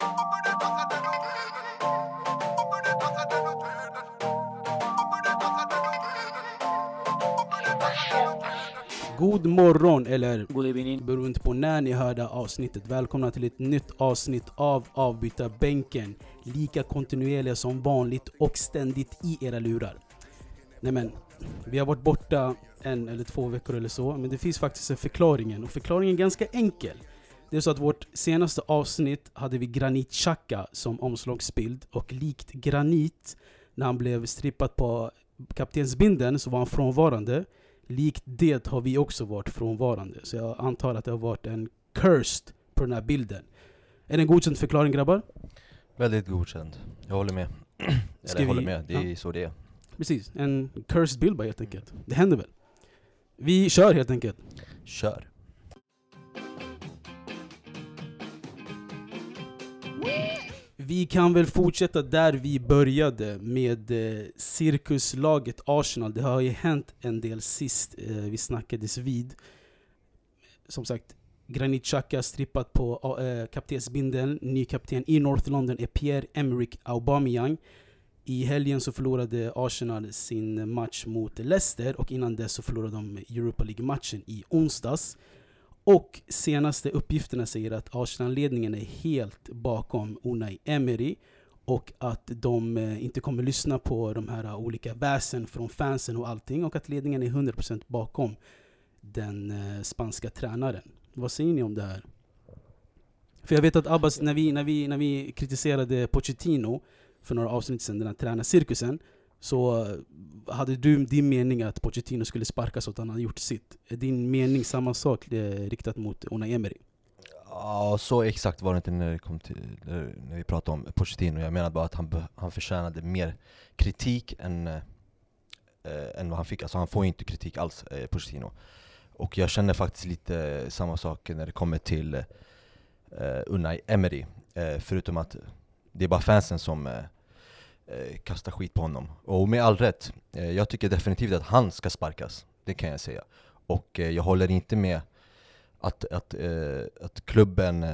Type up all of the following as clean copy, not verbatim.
God morgon eller God evening. beroende på när ni hörde avsnittet. Välkomna till ett nytt avsnitt av Avbytarbänken. Lika kontinuerliga som vanligt och ständigt i era lurar. Nej men, vi har varit borta 1 eller 2 veckor eller så. Men det finns faktiskt en förklaring. Och förklaringen är ganska enkel. Det är så att vårt senaste avsnitt hade vi Granit Xhaka som omslagsbild. Och likt Granit, när han blev strippad på kaptensbindeln så var han frånvarande. Likt det har vi också varit frånvarande. Så jag antar att det har varit en cursed på den här bilden. Är det en godkänd förklaring, grabbar? Väldigt godkänd. Jag håller med. Jag håller med, det är så det är. Precis, en cursed bild bara helt enkelt. Det händer väl. Vi kör helt enkelt. Kör. Vi kan väl fortsätta där vi började med cirkuslaget Arsenal. Det har ju hänt en del sist vi snackades vid. Som sagt, Granit Xhaka strippat på kaptensbindeln. Ny kapten i North London är Pierre-Emerick Aubameyang. I helgen så förlorade Arsenal sin match mot Leicester och innan dess så förlorade de Europa League-matchen i onsdags. Och senaste uppgifterna säger att Arsenal-ledningen är helt bakom Unai Emery och att de inte kommer lyssna på de här olika väsen från fansen och allting och att ledningen är 100% bakom den spanska tränaren. Vad säger ni om det här? För jag vet att Abbas, när vi kritiserade Pochettino för några avsnitt sedan, den här tränarcirkusen, så hade du din mening att Pochettino skulle sparkas och att han hade gjort sitt. Är din mening samma sak riktat mot Unai Emery? Ja, så exakt var det inte när vi pratade om Pochettino. Jag menar bara att han förtjänade mer kritik än vad han fick. Alltså han får inte kritik alls, Pochettino. Och jag känner faktiskt lite samma sak när det kommer till Unai Emery. Förutom att det är bara fansen som kasta skit på honom. Och med all rätt, jag tycker definitivt att han ska sparkas. Det kan jag säga. Och jag håller inte med att klubben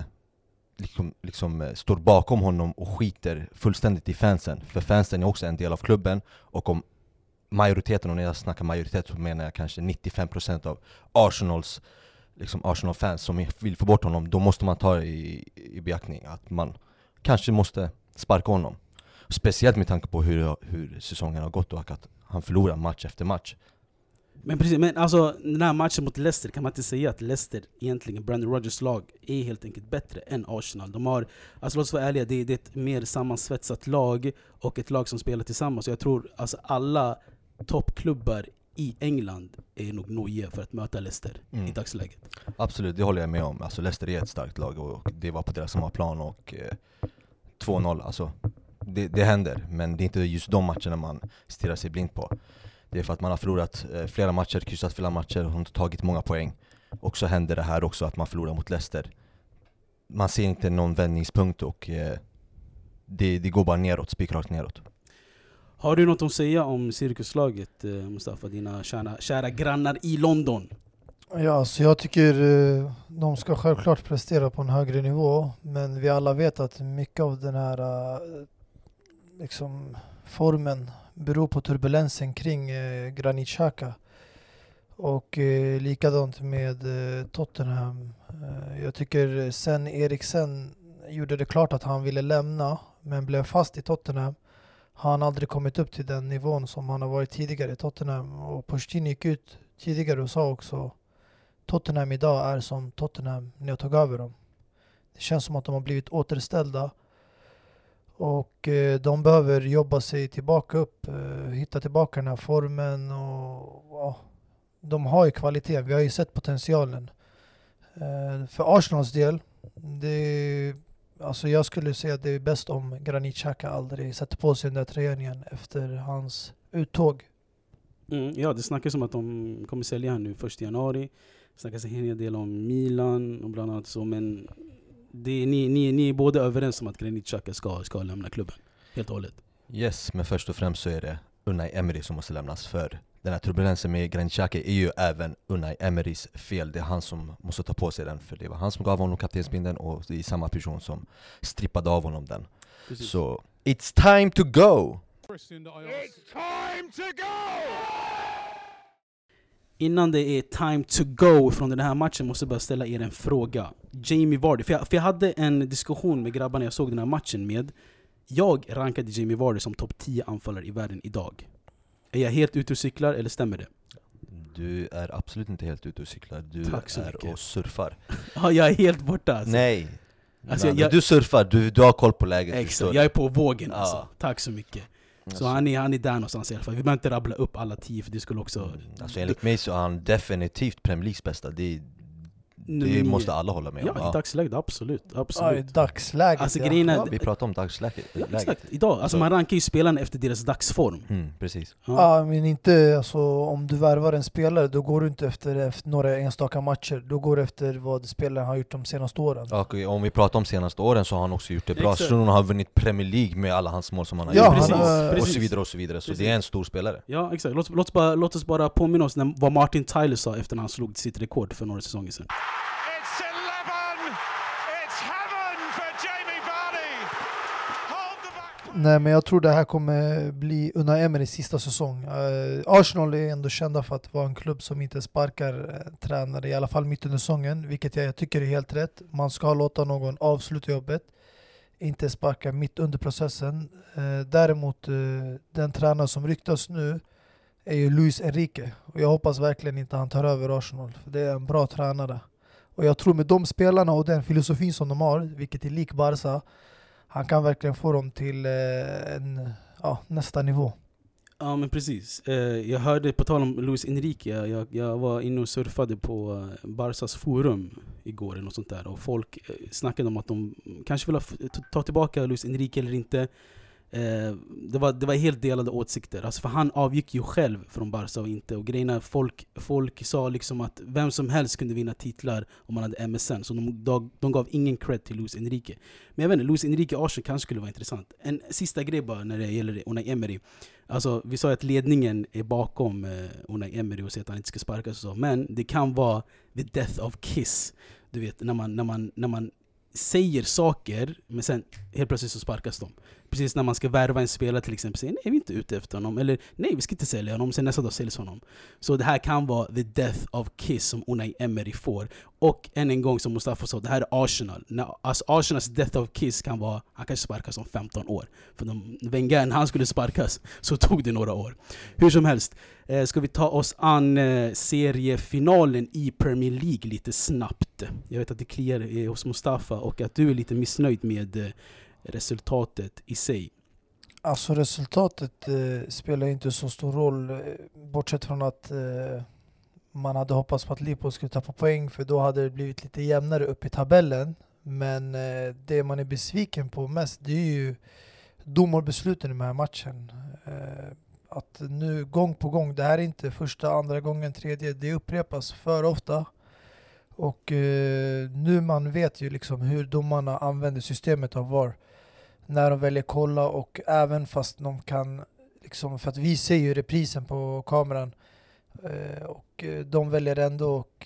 liksom står bakom honom och skiter fullständigt i fansen. För fansen är också en del av klubben. Och om majoriteten, och när jag snackar majoritet så menar jag kanske 95% av Arsenal-fans som vill få bort honom, då måste man ta i beaktning att man kanske måste sparka honom. Speciellt med tanke på hur säsongen har gått och att han förlorar match efter match. Men precis, men alltså den här matchen mot Leicester kan man inte säga att Leicester egentligen, Brendan Rodgers lag, är helt enkelt bättre än Arsenal. De har, alltså låt oss vara ärliga, det är ett mer sammansvetsat lag och ett lag som spelar tillsammans. Så jag tror alltså alla toppklubbar i England är nog nojiga för att möta Leicester i dagsläget. Absolut, det håller jag med om. Alltså Leicester är ett starkt lag och det var på deras hemmaplan och 2-0, alltså det händer, men det är inte just de matcherna man stirrar sig blind på. Det är för att man har förlorat flera matcher, kryssat flera matcher och inte tagit många poäng. Och så händer det här också att man förlorar mot Leicester. Man ser inte någon vändningspunkt och det går bara neråt, spikrakt neråt. Har du något att säga om cirkuslaget, Mustafa, dina kära grannar i London? Ja, så jag tycker de ska självklart prestera på en högre nivå, men vi alla vet att mycket av den här formen beror på turbulensen kring Granit Xhaka. Och likadant med Tottenham. Jag tycker sen Eriksen gjorde det klart att han ville lämna men blev fast i Tottenham, har han aldrig kommit upp till den nivån som han har varit tidigare i Tottenham. Och Pochettino gick ut tidigare och sa också Tottenham idag är som Tottenham när jag tog över dem. Det känns som att de har blivit återställda. Och de behöver jobba sig tillbaka upp, hitta tillbaka den här formen. Och de har ju kvalitet, vi har ju sett potentialen. För Arsenals del, alltså jag skulle säga att det är bäst om Granit Xhaka aldrig sätter på sig den där tröjan igen efter hans uttåg. Ja, det snackas om att de kommer sälja här nu 1 januari. Det snackas en hel del om Milan och bland annat så, men ni är båda överens om att Granit Xhaka ska lämna klubben helt och hållet. Yes, men först och främst så är det Unai Emery som måste lämnas, för den här turbulensen med Granit Xhaka är ju även Unai Emerys fel. Det är han som måste ta på sig den, för det var han som gav honom kaptensbindeln och det är samma person som strippade av honom den. Precis. Så it's time to go! It's time to go! Innan det är time to go från den här matchen måste jag bara ställa er en fråga. Jamie Vardy, för jag hade en diskussion med grabbarna jag såg den här matchen med. Jag rankade Jamie Vardy som topp 10 anfallare i världen idag. Är jag helt ute och cyklar eller stämmer det? Du är absolut inte helt ute och cyklar. Du är mycket. och surfar. Ja, jag är helt borta alltså. Nej. Alltså, Nej, du surfar, du har koll på läget. Exakt, jag är på vågen alltså. Ja. Tack så mycket. Så han är där någonstans i alla fall. Vi behöver inte rabbla upp alla 10 för det skulle också... Alltså enligt mig så är han definitivt Premier Leagues bästa. Det måste alla hålla med om. Ja, i dagsläget, absolut. Ja, i dagsläget. Alltså, grejen är- Ja, vi pratar om dagsläget. Exakt, idag. Alltså man rankar ju spelarna efter deras dagsform. Precis. Ja, men inte alltså, om du värvar en spelare, då går du inte efter några enstaka matcher. Då går du efter vad spelaren har gjort de senaste åren. Och om vi pratar om senaste åren så har han också gjort det bra. Exakt. Så han har vunnit Premier League med alla hans mål som han har Ja, gjort. precis, och precis. så vidare och så vidare. Så Precis. det är en stor spelare. Ja, exakt. Låt oss bara påminna oss vad Martin Tyler sa efter när han slog sitt rekord för några säsonger sedan. It's 11! It's heaven for Jamie Vardy! Hold the back! Nej, men jag tror det här kommer bli Unai Emerys sista säsong. Arsenal är ändå kända för att vara en klubb som inte sparkar tränare, i alla fall mitt under säsongen, vilket jag tycker är helt rätt. Man ska låta någon avsluta jobbet, inte sparka mitt under processen. Däremot, den tränare som ryktas nu är ju Luis Enrique. Och jag hoppas verkligen inte han tar över Arsenal, för det är en bra tränare. Och jag tror med de spelarna och den filosofin som de har, vilket är lik Barca, han kan verkligen få dem till nästa nivå. Ja, men precis. Jag hörde på tal om Luis Enrique, jag var inne och surfade på Barças forum igår eller något sånt där, och folk snackade om att de kanske vill ta tillbaka Luis Enrique eller inte. Det var helt delade åsikter, alltså, för han avgick ju själv från Barca och inte, och grejerna, folk sa liksom att vem som helst kunde vinna titlar om man hade MSN, så de gav ingen cred till Luis Enrique. Men jag vet inte, Luis Enrique Arsenal kanske skulle vara intressant. En sista grej bara när det gäller Unai Emery. Alltså, vi sa att ledningen är bakom Unai Emery och säger att han inte ska sparkas och så, men det kan vara the death of Kiss. Du vet, när man säger saker men sen helt plötsligt så sparkas de. Precis när man ska värva en spelare till exempel, säger nej, vi är inte ute efter honom, eller nej, vi ska inte sälja honom, sen nästa dag säljs honom. Så det här kan vara the death of Kiss som Unai Emery får. Och än en gång som Mustafa sa, det här är Arsenal. Alltså Arsenals death of Kiss kan vara, han kanske sparkas om 15 år. För Wenger, när han skulle sparkas så tog det några år. Hur som helst, ska vi ta oss an seriefinalen i Premier League lite snabbt. Jag vet att det kliar hos Mustafa och att du är lite missnöjd med resultatet i sig. Alltså resultatet spelar inte så stor roll, bortsett från att man hade hoppats på att Liverpool skulle tappa poäng, för då hade det blivit lite jämnare upp i tabellen. Men det man är besviken på mest, det är ju domarbesluten i den här matchen. Att nu gång på gång, det här är inte första, andra gången, tredje, det upprepas för ofta. Och nu man vet ju liksom hur domarna använder systemet av VAR när de väljer kolla, och även fast de kan liksom, för att vi ser ju reprisen på kameran, och de väljer ändå att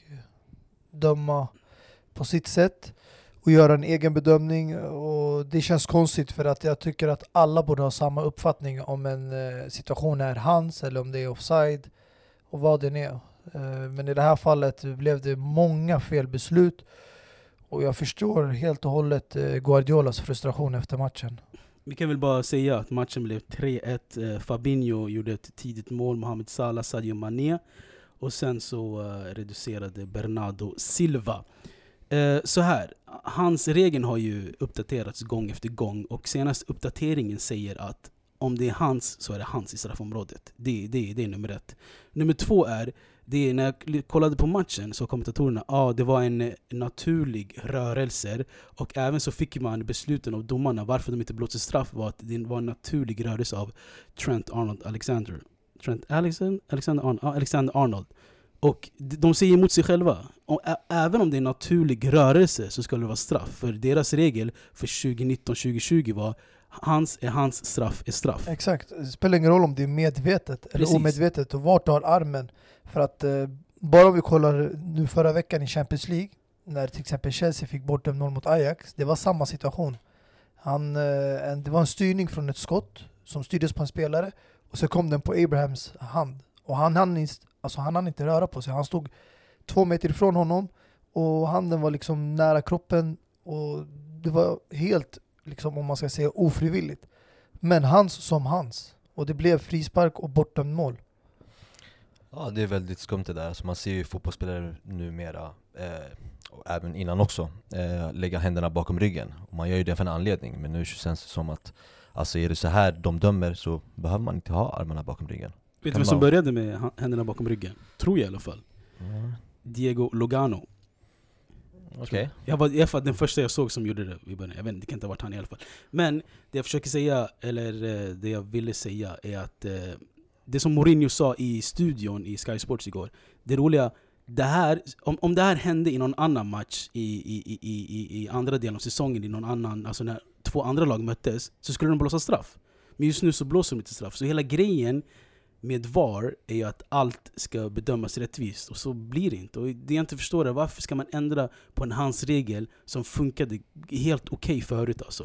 döma på sitt sätt och göra en egen bedömning, och det känns konstigt, för att jag tycker att alla borde ha samma uppfattning om en situation är hands eller om det är offside och vad det är. Men i det här fallet blev det många felbeslut, och jag förstår helt och hållet Guardiolas frustration efter matchen. Vi kan väl bara säga att matchen blev 3-1. Fabinho gjorde ett tidigt mål, Mohamed Salah, Sadio Mané, och sen så reducerade Bernardo Silva. Så här, hans regeln har ju uppdaterats gång efter gång, och senast uppdateringen säger att om det är hans så är det hans i straffområdet. Det är nummer 1. Nummer 2 är, när jag kollade på matchen så kommentatorerna, det var en naturlig rörelse, och även så fick man besluten av domarna varför de inte blåste straff var att det var en naturlig rörelse av Trent Alexander-Arnold. Och de säger emot sig själva. Och även om det är en naturlig rörelse så ska det vara straff. För deras regel för 2019-2020 var hans straff är straff. Exakt, det spelar ingen roll om det är medvetet eller omedvetet och vart du har armen. För att bara om vi kollar nu förra veckan i Champions League, när till exempel Chelsea fick bort 0 mot Ajax, det var samma situation. Det var en styrning från ett skott som styrdes på en spelare och så kom den på Abrahams hand. Och han hann inte röra på sig. Han stod 2 meter ifrån honom och handen var liksom nära kroppen och det var helt, liksom, om man ska säga, ofrivilligt. Men hans. Och det blev frispark och bortdömd mål. Ja, det är väldigt skumt det där. Så man ser ju fotbollsspelare numera, och även innan också, lägga händerna bakom ryggen. Och man gör ju det för en anledning. Men nu känns det som att, alltså är det så här de dömer, så behöver man inte ha armarna bakom ryggen. Vet du vem som började med händerna bakom ryggen? Tror jag i alla fall. Diego Lugano. Okej. Jag var den första jag såg som gjorde det i början. Jag vet inte, det kan inte ha varit han i alla fall. Men det jag försöker säga, eller det jag ville säga, är att det som Mourinho sa i studion i Sky Sports igår, det roliga, det här, om det här hände i någon annan match i andra delen av säsongen, i någon annan, alltså när 2 andra lag möttes, så skulle de blåsa straff. Men just nu så blåser de inte straff. Så hela grejen med VAR är ju att allt ska bedömas rättvist, och så blir det inte. Och det jag inte förstår är, varför ska man ändra på en handsregel som funkade helt okej förut alltså.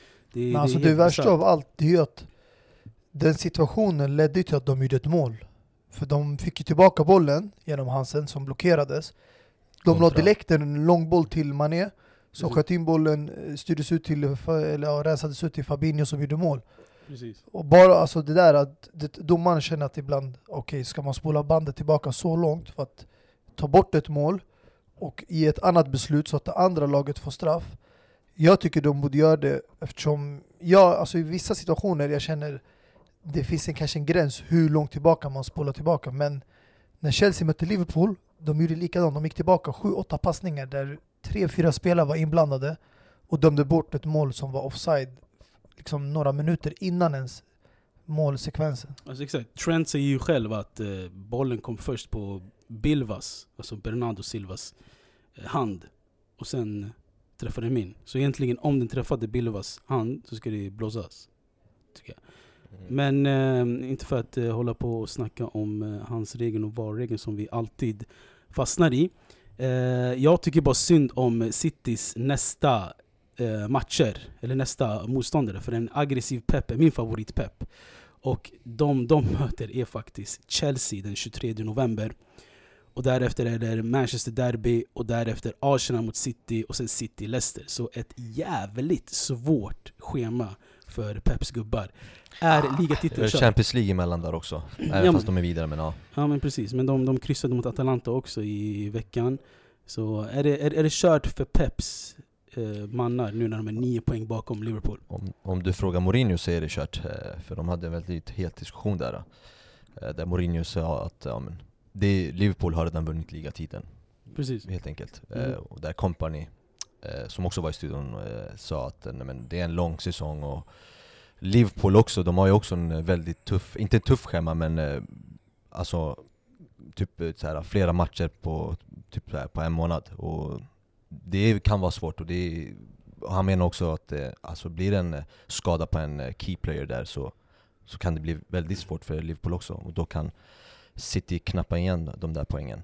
Det värsta av allt, det är ju att den situationen ledde till att de gjorde ett mål. För de fick ju tillbaka bollen genom Hansen som blockerades. De la direkt en lång boll till Mané som sköt in bollen, styrdes ut till, eller rensades ut till Fabinho som gjorde mål. Precis. Och bara alltså det där att domaren känner att ibland, okej, ska man spola bandet tillbaka så långt för att ta bort ett mål och i ett annat beslut så att det andra laget får straff. Jag tycker de borde göra det, eftersom alltså i vissa situationer jag känner det finns kanske en gräns hur långt tillbaka man spolar tillbaka. Men när Chelsea mötte Liverpool, de gjorde likadant. De gick tillbaka 7-8 passningar där 3-4 spelare var inblandade och dömde bort ett mål som var offside liksom några minuter innan ens målsekvensen. Alltså exakt. Trent säger ju själv att bollen kom först på Bilvas, alltså Bernardo Silvas hand, och sen träffade den in. Så egentligen om den träffade Bilvas hand så ska det blåsas, tycker jag. Men inte för att hålla på och snacka om hans regeln och VAR-regeln som vi alltid fastnar i. Jag tycker bara synd om Citys nästa matcher, eller nästa motståndare, för en aggressiv Pep är min favorit Pep. Och de möter är faktiskt Chelsea den 23 november. Och därefter är det Manchester Derby och därefter Arsenal mot City och sen City-Leicester. Så ett jävligt svårt schema för Peps gubbar. Är ligatiteln Champions League emellan där också. Även fast de är vidare, men ja. Ja, men precis. Men de kryssade mot Atalanta också i veckan. Så är det kört för Peps mannar nu när de är 9 poäng bakom Liverpool? Om du frågar Mourinho så är det kört. För de hade en väldigt het diskussion där. Där Mourinho sa att Liverpool har redan vunnit ligatiteln. Precis. Helt enkelt. Och där Company, som också var i studion, sa att det är en lång säsong. Och Liverpool också, de har ju också en väldigt tuff, inte en tuff schema, men alltså typ så här, flera matcher på typ så här, på en månad, och det kan vara svårt. Och han menar också att alltså blir det en skada på en key player där, så kan det bli väldigt svårt för Liverpool också, och då kan City knappa igen de där poängen.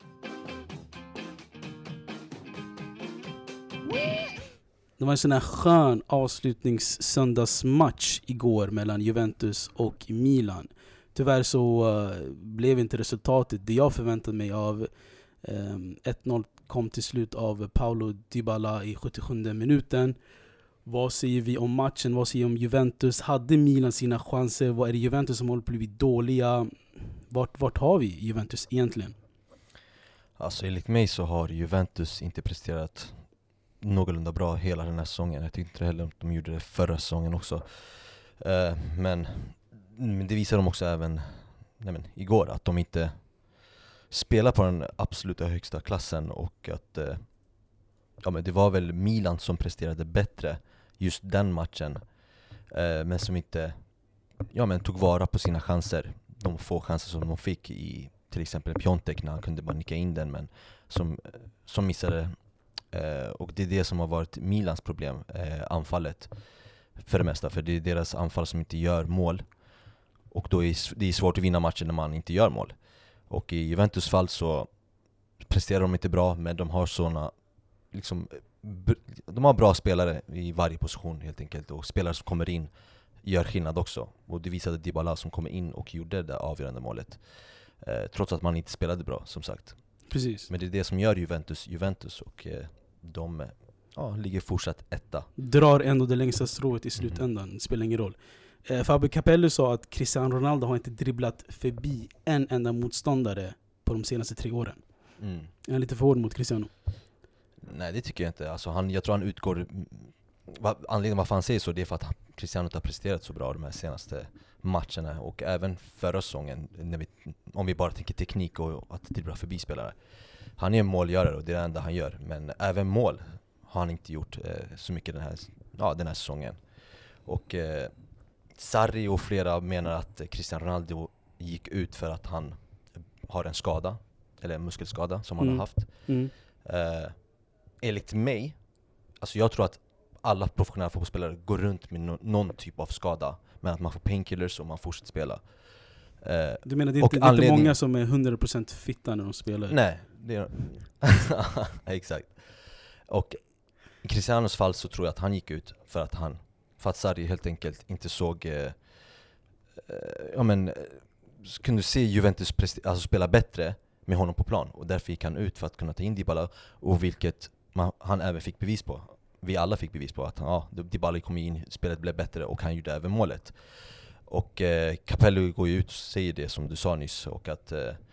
Det var en sån här skön avslutningssöndagsmatch igår mellan Juventus och Milan. Tyvärr så blev inte resultatet det jag förväntade mig av. 1-0 kom till slut av Paulo Dybala i 77 minuten. Vad säger vi om matchen? Vad säger vi om Juventus? Hade Milan sina chanser? Vad är det Juventus som håller på att bli dåliga? Vart har vi Juventus egentligen? Alltså enligt mig så har Juventus inte presterat någorlunda bra hela den här säsongen. Jag tyckte inte heller att de gjorde det förra säsongen också. Men det visar de också även igår, att de inte spelar på den absoluta högsta klassen, och att det var väl Milan som presterade bättre just den matchen, men som inte tog vara på sina chanser. De få chanser som de fick i till exempel Piontek när han kunde bara nicka in den, men som missade. Och det är det som har varit Milans problem, anfallet. för det mesta, för det är deras anfall som inte gör mål. Och då är det svårt att vinna matchen när man inte gör mål. Och i Juventus fall så presterar de inte bra, men de har såna liksom, de har bra spelare i varje position helt enkelt, och spelare som kommer in gör skillnad också. Och det visade Dybala som kommer in och gjorde det avgörande målet, trots att man inte spelade bra, som sagt. Precis. Men det är det som gör Juventus och de ligger fortsatt etta. Drar ändå det längsta strået i slutändan, spelar ingen roll. Fabio Capello sa att Cristiano Ronaldo har inte dribblat förbi en enda motståndare på de senaste 3 åren. Är lite för hård mot Cristiano? Nej, det tycker jag inte. Alltså jag tror han utgår... Anledningen varför han säger så, det är för att Cristiano inte har presterat så bra de här senaste matcherna. Och även förra säsongen, om vi bara tänker teknik och att dribbla förbi spelare. Han är en målgörare och det är det enda han gör. Men även mål har han inte gjort så mycket den här säsongen. Och Sarri och flera menar att Cristiano Ronaldo gick ut för att han har en skada, eller en muskelskada som han har haft. Enligt mig, alltså jag tror att alla professionella fotbollsspelare går runt med någon typ av skada, men att man får painkillers och man fortsätter spela. Du menar det är inte många som är 100% fitta när de spelar? Nej, det är exakt. Och i Cristianos fall så tror jag att han gick ut för att Sarri helt enkelt inte såg kunde se Juventus spela bättre med honom på plan, och därför gick han ut för att kunna ta in Dybala, och vilket han även fick bevis på. Vi alla fick bevis på att Dybala kom in, spelet blev bättre och han gjorde även målet. Och Capello går ju ut och säger det som du sa nyss, och att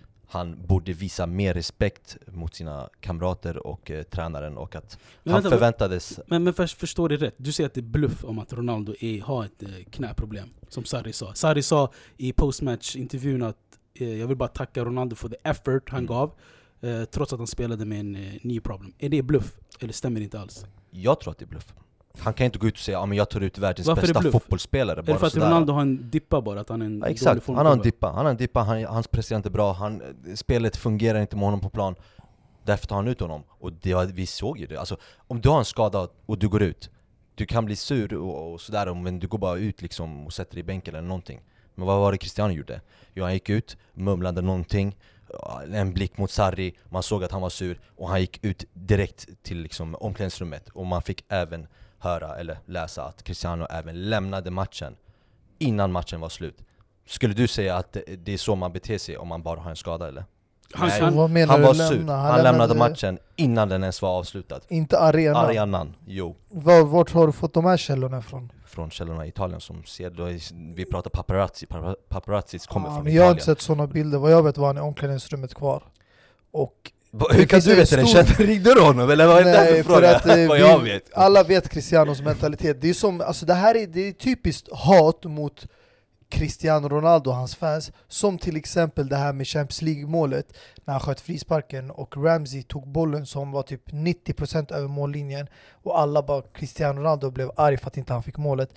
han borde visa mer respekt mot sina kamrater och tränaren, och att förväntades... Men förstår det rätt? Du säger att det är bluff om att Ronaldo har ett knäproblem, som Sarri sa. Sarri sa i postmatch-intervjun att jag vill bara tacka Ronaldo för the effort han gav, trots att han spelade med en knee problem. Är det bluff? Eller stämmer det inte alls? Jag tror att det är bluff. Han kan inte gå ut och säga men jag tar ut världens bästa fotbollsspelare. Är det för att Ronaldo har en dippa bara? Att han är en exakt, han har en dippa. Han presterar inte bra. Spelet fungerar inte med honom på plan. Därför tar han ut honom. Och vi såg ju det. Alltså, om du har en skada och du går ut, du kan bli sur och sådär, men du går bara ut liksom och sätter dig i bänken eller någonting. Men vad var det Cristiano gjorde? Jo, han gick ut, mumlade någonting, en blick mot Sarri, man såg att han var sur, och han gick ut direkt till liksom omklädningsrummet, och man fick även höra eller läsa att Cristiano även lämnade matchen innan matchen var slut. Skulle du säga att det är så man beter sig om man bara har en skada, eller? Han var sur. Han lämnade matchen innan den ens var avslutad. Inte arenan. Jo. Vart har du fått de här källorna ifrån? Från källorna i Italien som ser då, vi pratar paparazzis kommer från men Italien. Jag har inte sett sådana bilder. Vad jag vet var han i omklädningsrummet kvar. Och hur kan du veta det? Ringde du honom? Eller vad är det för fråga? Vad jag vet. Alla vet Cristianos mentalitet. Det är som, alltså det är typiskt hat mot Cristiano Ronaldo och hans fans, som till exempel det här med Champions League-målet när han sköt frisparken och Ramsey tog bollen som var typ 90% över mållinjen, och alla bara Cristiano Ronaldo blev arg för att inte han fick målet.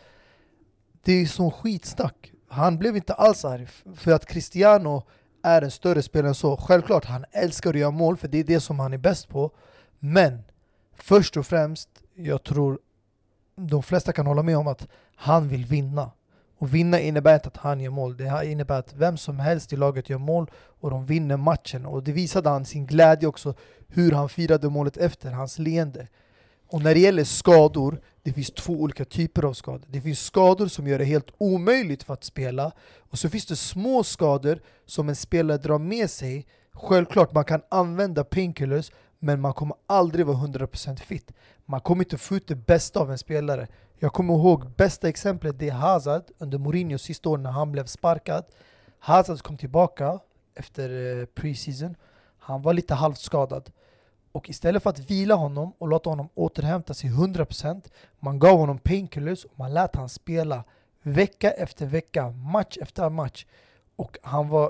Det är sån skitsnack. Han blev inte alls arg för att Cristiano är en större spelare än så. Självklart, han älskar att göra mål för det är det som han är bäst på, men först och främst, jag tror de flesta kan hålla med om att han vill vinna. Och vinna innebär inte att han gör mål. Det innebär att vem som helst i laget gör mål och de vinner matchen. Och det visade han sin glädje också, hur han firade målet efter, hans leende. Och när det gäller skador, det finns 2 olika typer av skador. Det finns skador som gör det helt omöjligt för att spela. Och så finns det små skador som en spelare drar med sig. Självklart, man kan använda painkillers, men man kommer aldrig vara 100% fit. Man kommer inte få ut det bästa av en spelare. Jag kommer ihåg bästa exemplet, det är Hazard under Mourinhos sista år när han blev sparkad. Hazard kom tillbaka efter preseason. Han var lite halvt skadad. Och istället för att vila honom och låta honom återhämta sig 100%, man gav honom painkillers och man lät han spela vecka efter vecka, match efter match. Och han var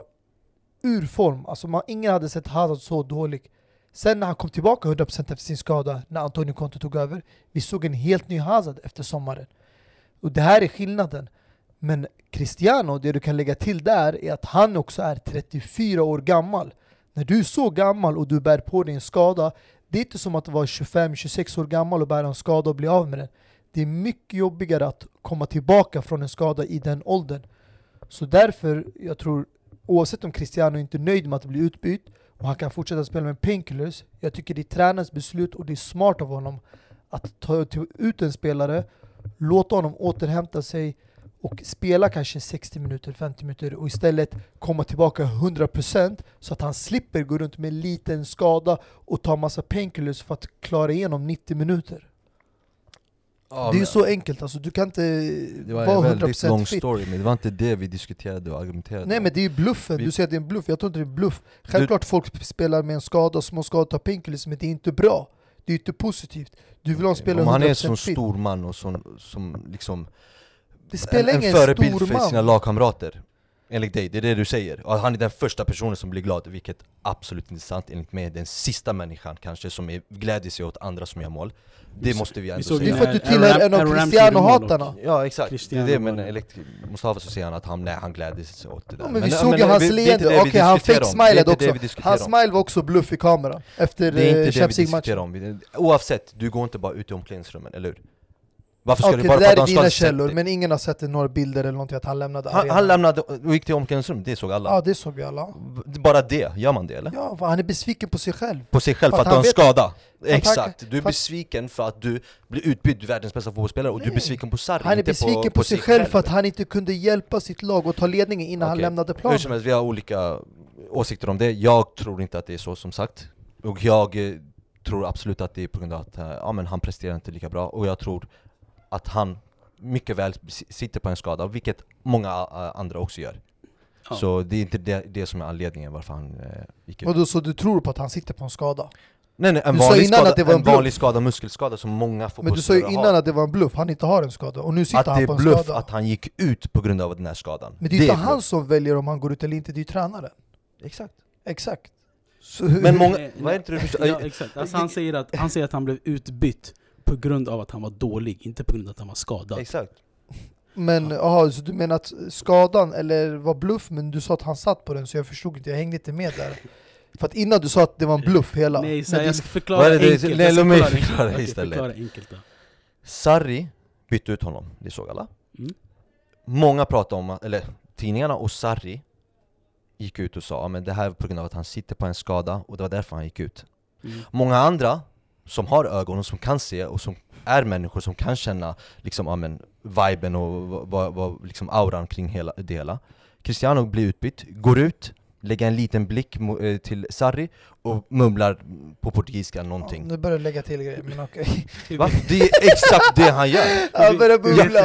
ur form. Alltså ingen hade sett Hazard så dålig. Sen när han kom tillbaka 100% efter sin skada, när Antonio Conte tog över, vi såg en helt ny Hazard efter sommaren. Och det här är skillnaden. Men Cristiano, det du kan lägga till där är att han också är 34 år gammal. När du är så gammal och du bär på din skada, det är inte som att vara 25-26 år gammal och bära en skada och bli av med den. Det är mycket jobbigare att komma tillbaka från en skada i den åldern. Så därför, jag tror, oavsett om Cristiano inte är nöjd med att bli utbytt och han kan fortsätta spela med painkillers, jag tycker det är tränarens beslut och det är smart av honom att ta ut en spelare, låta honom återhämta sig och spela kanske 60 minuter, 50 minuter och istället komma tillbaka 100% så att han slipper gå runt med en liten skada och ta massa painkillers för att klara igenom 90 minuter. Ja, det är så enkelt, alltså du kan inte det var vara en väldigt 100% lång fit. story, men det var inte det vi diskuterade och argumenterade Nej, om. men det är bluffen. Du säger att det är en bluff. Jag tror inte det är en bluff. Självklart folk spelar med en skada, små skador, tar painkillers, men det är inte bra. Det är inte positivt. Du vill ha en spelare 100% om han är en sån fit. stor man och som liksom Det spelar en ingen förebild stor för man. sina lagkamrater. Enligt dig, det är det du säger. Och han är den första personen som blir glad, vilket absolut inte är sant. Enligt mig den sista människan kanske som glädjer sig åt andra som gör mål. Det måste vi ändå Det är säga. för att du tillhör en av Cristiano-hatarna. Ja, exakt. Cristiano Det är det, men Ronaldo. Mustafa så säger han att han glädjer sig åt det där. Ja, men vi såg ju hans leende. Okej, han fake-smiled också. Hans smile var också bluff i kameran. Efter det är inte det vi Champions diskuterar League-matchen. om. Oavsett, du går inte bara ut i omklädningsrummen, eller hur? Varför ska Okej, du bara det för att där han är ska dina ha sett källor, det? men ingen har sett några bilder eller någonting att han lämnade Han arenan. lämnade och gick till omklädningsrummet, det såg alla. Ja, det såg vi alla. Bara det, gör man det eller? Ja, för han är besviken på sig själv. På sig själv För för att att du har han en vet- skada. Exakt, du är för att- besviken för att du blir utbytt världens bästa fotbollsspelare och du är Nej. besviken på Sarri, Han är inte besviken på sig själv för att han inte kunde hjälpa sitt lag och ta ledningen innan han Okej. lämnade Hur planen. som helst, vi har olika åsikter om det. Jag tror inte att det är så, som sagt. Och jag tror absolut att det är på grund av att men han presterar inte lika bra. Och jag tror att han mycket väl sitter på en skada, vilket många andra också gör. Ja. Så det är inte det som är anledningen varför han gick ut. Och då, så du tror på att han sitter på en skada? Nej, en Du sa vanlig innan skada, att det var en en vanlig bluff. skada, muskelskada som många Men du sa fotbollsspelare ju innan har. att det var en bluff, han inte har en skada. Och nu sitter Att det han på är en bluff skada. att han gick ut på grund av den här skadan. Men det är inte han bluff. som väljer om han går ut eller inte, det är ju tränaren. Exakt. Exakt. Så, Men många, Nej, vad är inte du förstår? Ja, exakt. Alltså, han säger att han blev utbytt på grund av att han var dålig, inte på grund av att han var skadad. Exakt. men aha, så du menar att skadan eller var bluff, men du sa att han satt på den, så jag förstod inte, jag hängde inte med där. För att innan du sa att det var en bluff hela. Nej, så Men jag det- ska förklara Vad är det- enkelt. nej, Jag ska låt mig förklara förklara enkelt. istället. Förklara enkelt då. Sarri bytte ut honom, det såg alla. Mm. Många pratade om, eller tidningarna och Sarri gick ut och sa men det här är på grund av att han sitter på en skada och det var därför han gick ut. Mm. Många andra som har ögon och som kan se och som är människor som kan känna liksom, viben och vad liksom auran kring hela det hela. Cristiano blir utbytt, går ut, lägger en liten blick till Sarri och mumlar på portugisiska någonting. Ja, nu börjar jag lägga till grejer, men okej. Va? Det är exakt det han gör! Han börjar bubbla.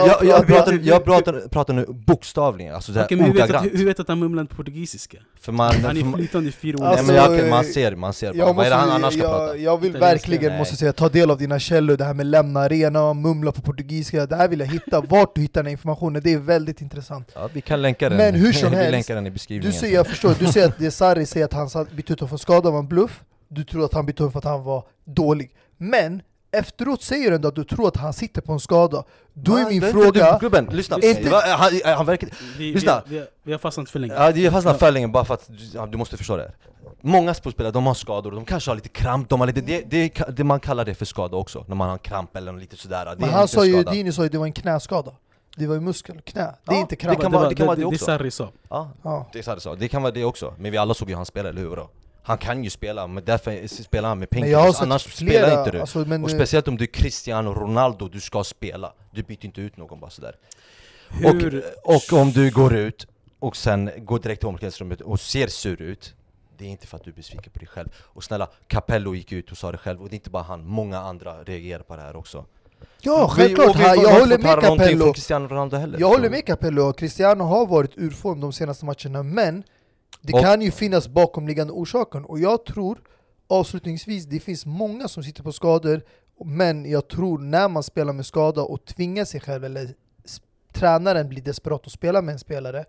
Jag pratar nu bokstavligen, alltså det här Okej, men ordagrant. hur vet du att han mumlar inte portugisiska? För man, Han är flytande i 4 ord. Alltså, nej, men man ser bara. Vad är det han annars ska prata? jag vill Italienska. verkligen, Nej. måste säga, ta del av dina källor. Det här med lämna arena, mumla på portugisiska. Det här vill jag hitta, vart du hittar den här informationen. Det är väldigt intressant. Ja, vi kan länka den. Men hur som vi helst, länkar den i beskrivningen. Du säger, jag förstår, du säger att det Sarri säger att han bytte ut honom för skada var en bluff. Du tror att han bytte ut för att han var dålig. Men efteråt säger du ändå att du tror att han sitter på en skada. Då är min fråga... Gubben, lyssna. Inte- Han verkar... Lyssna. Vi har fastnat för länge. Ja, det fastnar för länge bara för att du måste förstå det här. Många sportspelare, de har skador, de kanske har lite kramp, de har lite, det man kallar det för skada också, när man har kramp eller lite sådär. Det Men är han inte sa ju, skada. Dini sa ju det var en knäskada. Det var ju muskel, knä. Det är Ja, inte det kramp. kan vara det Det också. Sarri sa. Ja, Ja. det är så det sa. Det kan vara det också. Men vi alla såg ju han spela, eller hur då? Han kan ju spela, men därför spelar han med Men jag har painkillers, sett annars flera, spelar inte du. alltså, men, och speciellt om du är Cristiano Ronaldo, du ska spela. Du byter inte ut någon bara sådär. Hur... Och om du går ut och sen går direkt till omklädningsrummet och ser sur ut, det är inte för att du är besviken på dig själv. Och snälla, Capello gick ut och sa det själv, och det är inte bara han, många andra reagerar på det här också. Ja, självklart. Jag håller med Capello. Cristiano Ronaldo heller. Jag håller med Capello. Cristiano har varit ur form de senaste matcherna, men det kan ju finnas bakomliggande orsaker. Och jag tror, avslutningsvis, det finns många som sitter på skador, men jag tror när man spelar med skada och tvingar sig själv, eller tränaren blir desperat att spela med en spelare,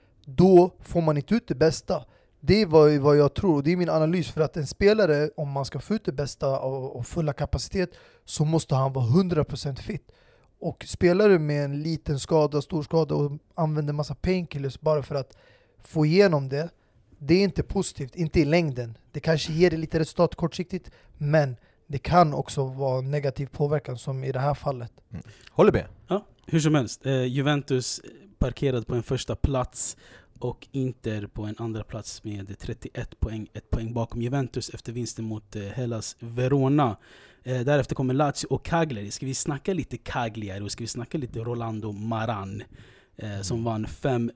då får man inte ut det bästa. Det är vad jag tror, det är min analys, för att en spelare, om man ska få ut det bästa och fulla kapacitet, så måste han vara 100% fit. Och spelar du med en liten skada, stor skada och använder massa painkillers bara för att få igenom det, det är inte positivt, inte i längden. Det kanske ger dig lite resultat kortsiktigt, men det kan också vara negativ påverkan, som i det här fallet. Håller med. Ja. Hur som helst, Juventus parkerad på en första plats och Inter på en andra plats med 31 poäng, ett poäng bakom Juventus efter vinsten mot Hellas Verona. Därefter kommer Lazio och Cagliari. Ska vi snacka lite Cagliari och ska vi snacka lite Rolando Maran som vann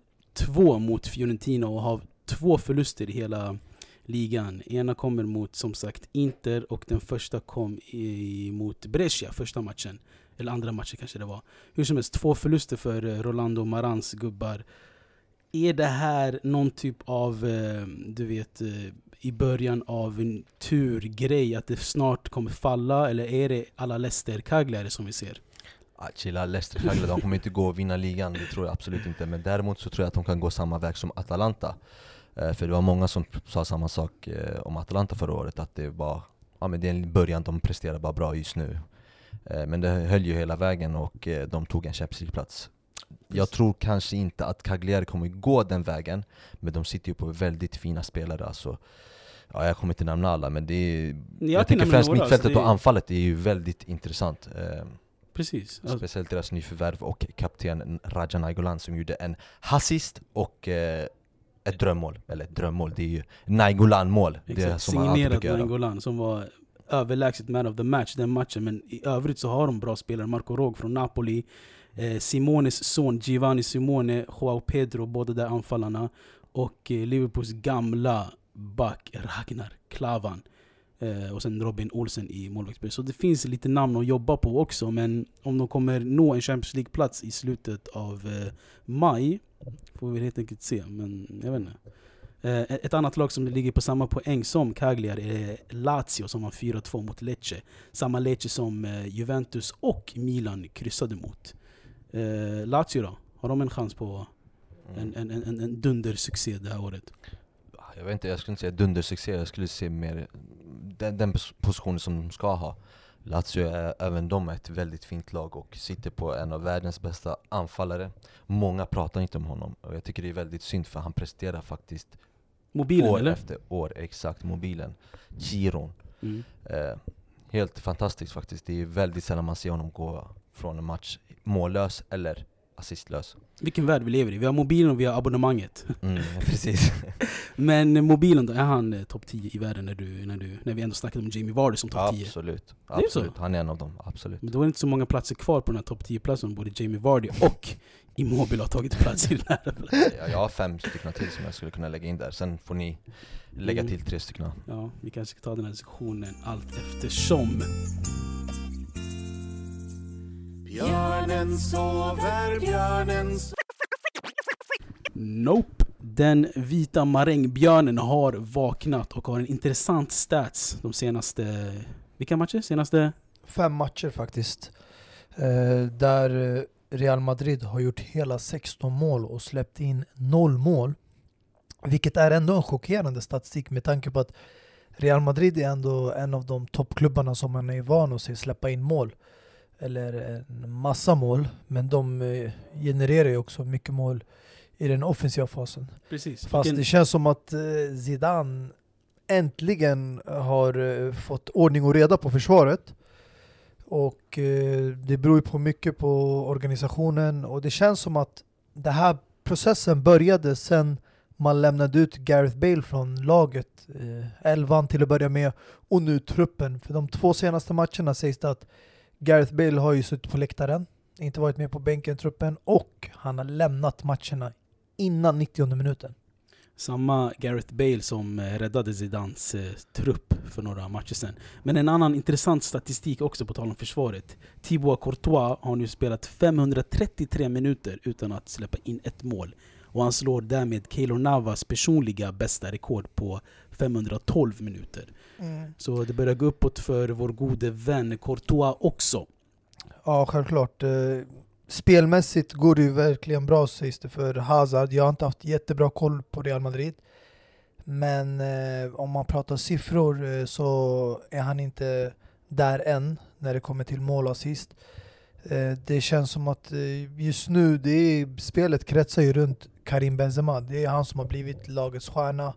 5-2 mot Fiorentina och har 2 förluster i hela ligan. Ena kommer mot, som sagt, Inter och den första kom mot Brescia, första matchen. Eller andra matchen kanske det var. Hur som helst, 2 förluster för Rolando Marans gubbar. Är det här någon typ av, du vet, i början av en turgrej att det snart kommer falla? Eller är det alla Leicester-Cagliari som vi ser? Chilla, Leicester Cagliari, de kommer inte gå och vinna ligan, det tror jag absolut inte. Men däremot så tror jag att de kan gå samma väg som Atalanta. För det var många som sa samma sak om Atalanta förra året, att det var, ja men det är en början, de presterar bara bra just nu. Men det höll ju hela vägen och de tog en Champions League-plats. Jag tror kanske inte att Cagliari kommer gå den vägen, men de sitter ju på väldigt fina spelare. Alltså, ja, jag kommer inte nämna alla, men det är, jag tycker främst mittfältet och anfallet är ju väldigt intressant. Precis. Speciellt deras nyförvärv och kapten Raja Nainggolan som gjorde en assist och ett drömmål. Eller ett drömmål, det är ju Nainggolan-mål. Exakt, signerat Nainggolan som var överlägset man of the match den matchen. Men i övrigt så har de bra spelare. Marco Rog från Napoli, Simones son Giovanni Simone, Joao Pedro, båda där anfallarna, och Liverpools gamla back Ragnar Klavan, och sen Robin Olsen i målvaktsspel. Så det finns lite namn att jobba på också, men om de kommer nå en Champions League-plats i slutet av maj får vi helt enkelt se, men jag vet inte. Ett annat lag som ligger på samma poäng som Cagliari är Lazio som har 4-2 mot Lecce. Samma Lecce som Juventus och Milan kryssade mot. Lazio då? Har de en chans på en dundersuccé det här året? Jag vet inte, jag skulle inte säga dundersuccé. Jag skulle se mer den positionen som de ska ha. Lazio är även de ett väldigt fint lag och sitter på en av världens bästa anfallare. Många pratar inte om honom och jag tycker det är väldigt synd, för han presterar faktiskt mobilen, år eller? efter år. Exakt, mobilen. Giron. Helt fantastiskt faktiskt. Det är väldigt sällan man ser honom gå från en match mållös eller assistlös. Vilken värld vi lever i. Vi har mobilen och vi har abonnemanget. Precis. Men mobilen då, är han topp 10 i världen när vi ändå snackade om Jamie Vardy som topp 10? Absolut. Så? Han är en av dem, absolut. Men då är det inte så många platser kvar på den här topp 10-platsen. Både Jamie Vardy och Immobile har tagit plats i den här platsen. Jag har 5 stycken till som jag skulle kunna lägga in där. Sen får ni lägga till 3 stycken. Ja, vi kanske ska ta den här diskussionen allt eftersom. Björnen sover, björnen sover. Nope. Den vita marängbjörnen har vaknat och har en intressant stats de senaste... Vilka matcher? Senaste 5 matcher faktiskt. Där Real Madrid har gjort hela 16 mål och släppt in 0 mål. Vilket är ändå en chockerande statistik med tanke på att Real Madrid är ändå en av de toppklubbarna som man är van att se släppa in mål. Eller en massa mål. Men de genererar ju också mycket mål i den offensiva fasen. Precis. Fast det känns som att Zidane äntligen har fått ordning och reda på försvaret. Och det beror ju på mycket på organisationen. Och det känns som att den här processen började sen man lämnade ut Gareth Bale från laget. 11 till att börja med. Och nu truppen. För de 2 senaste matcherna sägs det att Gareth Bale har ju suttit på läktaren. Inte varit med på bänken truppen. Och han har lämnat matcherna innan 90:e minuten. Samma Gareth Bale som räddade Zidans trupp för några matcher sedan. Men en annan intressant statistik också på tal om försvaret. Thibaut Courtois har nu spelat 533 minuter utan att släppa in ett mål. Och han slår därmed Keylor Navas personliga bästa rekord på 512 minuter. Så det börjar gå uppåt för vår gode vän Courtois också. Ja, självklart. Spelmässigt går det ju verkligen bra, sägs det, för Hazard. Jag har inte haft jättebra koll på Real Madrid. Men om man pratar siffror så är han inte där än när det kommer till mål och assist. Det känns som att just nu spelet kretsar ju runt Karim Benzema. Det är han som har blivit lagets stjärna.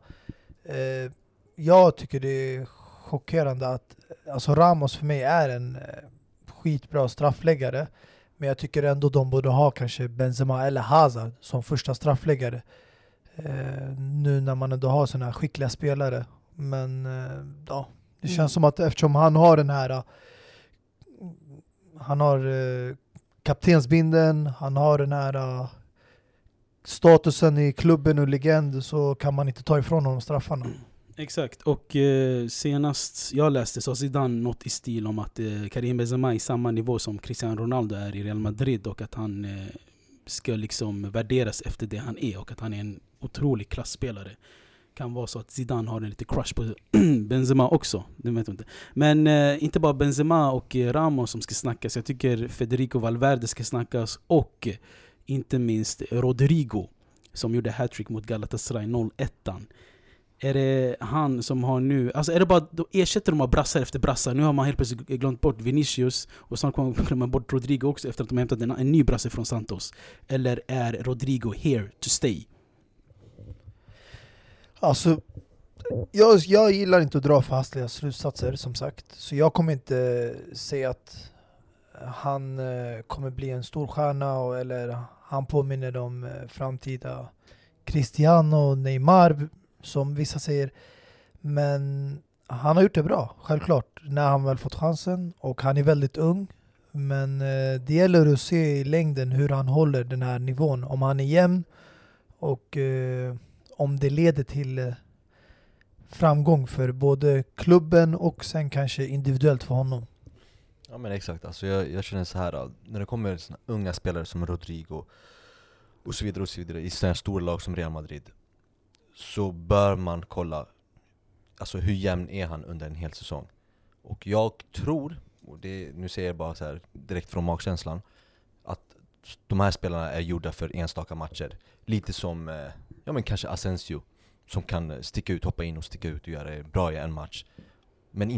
Jag tycker det är chockerande att alltså Ramos för mig är en skitbra straffläggare. Men jag tycker ändå de borde ha kanske Benzema eller Hazard som första straffläggare. Nu när man ändå har såna här skickliga spelare. Men ja, det känns som att eftersom han har den här... Han har kaptensbinden, han har den här statusen i klubben och legend, så kan man inte ta ifrån honom straffarna. Exakt, och senast jag läste så Zidane något i stil om att Karim Benzema är i samma nivå som Cristiano Ronaldo är i Real Madrid, och att han ska liksom värderas efter det han är, och att han är en otrolig klassspelare. Kan vara så att Zidane har en lite crush på Benzema också, det vet jag inte. Men inte bara Benzema och Ramos som ska snackas, jag tycker Federico Valverde ska snackas, och inte minst Rodrigo som gjorde hattrick mot Galatasaray 01. Är det han som har nu, alltså är det bara, då ersätter de brassar efter brassar. Nu har man helt plötsligt glömt bort Vinicius, och snart kommer man glömma bort Rodrigo också efter att de har hämtat en ny brasse från Santos. Eller är Rodrigo here to stay? Alltså, jag gillar inte att dra för hastiga slutsatser, som sagt. Så jag kommer inte säga att han kommer bli en stor stjärna, eller han påminner om framtida Cristiano, Neymar, som vissa säger. Men han har gjort det bra, självklart, när han väl fått chansen. Och han är väldigt ung. Men det gäller att se i längden hur han håller den här nivån. Om han är jämn och om det leder till framgång för både klubben och sen kanske individuellt för honom. Ja men exakt, alltså jag känner så här, när det kommer såna unga spelare som Rodrigo och så vidare i sådana stora lag som Real Madrid, så bör man kolla alltså hur jämn är han under en hel säsong. Och jag tror, och nu säger jag bara så här direkt från magkänslan, att de här spelarna är gjorda för enstaka matcher. Lite som ja men kanske Asensio, som kan sticka ut, hoppa in och sticka ut och göra det bra i en match. Men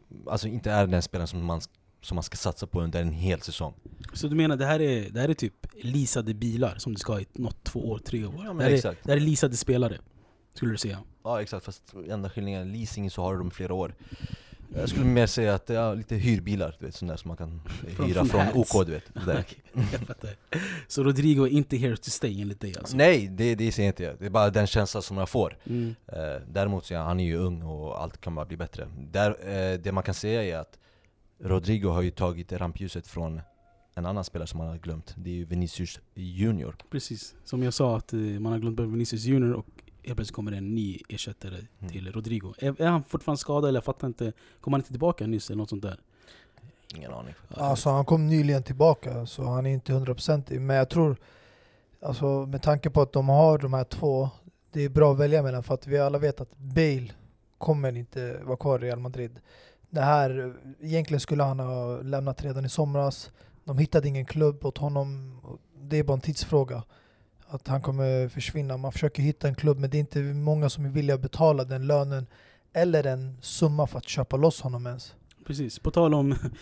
inte är den spelaren som man ska satsa på under en hel säsong. Så du menar det här är typ leasade bilar som du ska ha i 2 år, 3 år? Ja, det här är leasade spelare, skulle du säga? Ja exakt, fast enda skillnaden leasing så har de flera år. Jag skulle mer säga att det är lite hyrbilar, du vet, sådana där som man kan hyra från OK, du vet. Okay, jag fattar. Så Rodrigo är inte here to stay enligt dig alltså? Nej, det säger inte jag. Det är bara den känslan som jag får. Däremot så han är ju ung och allt kan bara bli bättre. Det man kan säga är att Rodrigo har ju tagit rampljuset från en annan spelare som man har glömt. Det är ju Vinicius Junior. Precis, som jag sa, att man har glömt bort Vinicius Junior, och helt plötsligt kommer en ny ersättare till Rodrigo. Är han fortfarande skadad, eller jag fattar inte, kommer han inte tillbaka nyss eller något sånt där? Ingen aning. Alltså han kom nyligen tillbaka, så han är inte 100%. Men jag tror, alltså med tanke på att de har de här två, det är bra att välja mellan, för att vi alla vet att Bale kommer inte vara kvar i Real Madrid. Det här, egentligen skulle han ha lämnat redan i somras. De hittade ingen klubb åt honom. Det är bara en tidsfråga att han kommer försvinna. Man försöker hitta en klubb, men det är inte många som är villiga att betala den lönen eller en summa för att köpa loss honom ens. Precis, på tal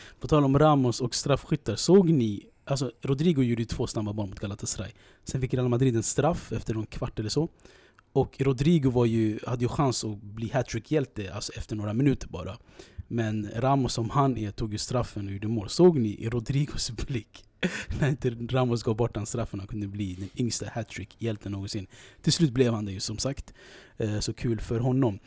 om Ramos och straffskyttar, såg ni, alltså Rodrigo gjorde 2 snabba boll mot Galatasaray. Sen fick Real Madrid en straff efter en kvart eller så. Och Rodrigo hade ju chans att bli hattrick-hjälte, alltså efter några minuter bara. Men Ramos, som han är, tog ju straffen och gjorde mål. Såg ni i Rodrigos blick när inte Ramos gav bort den straffen, han kunde bli den yngsta hattrick-hjälten någonsin. Till slut blev han det ju, som sagt. Så kul för honom.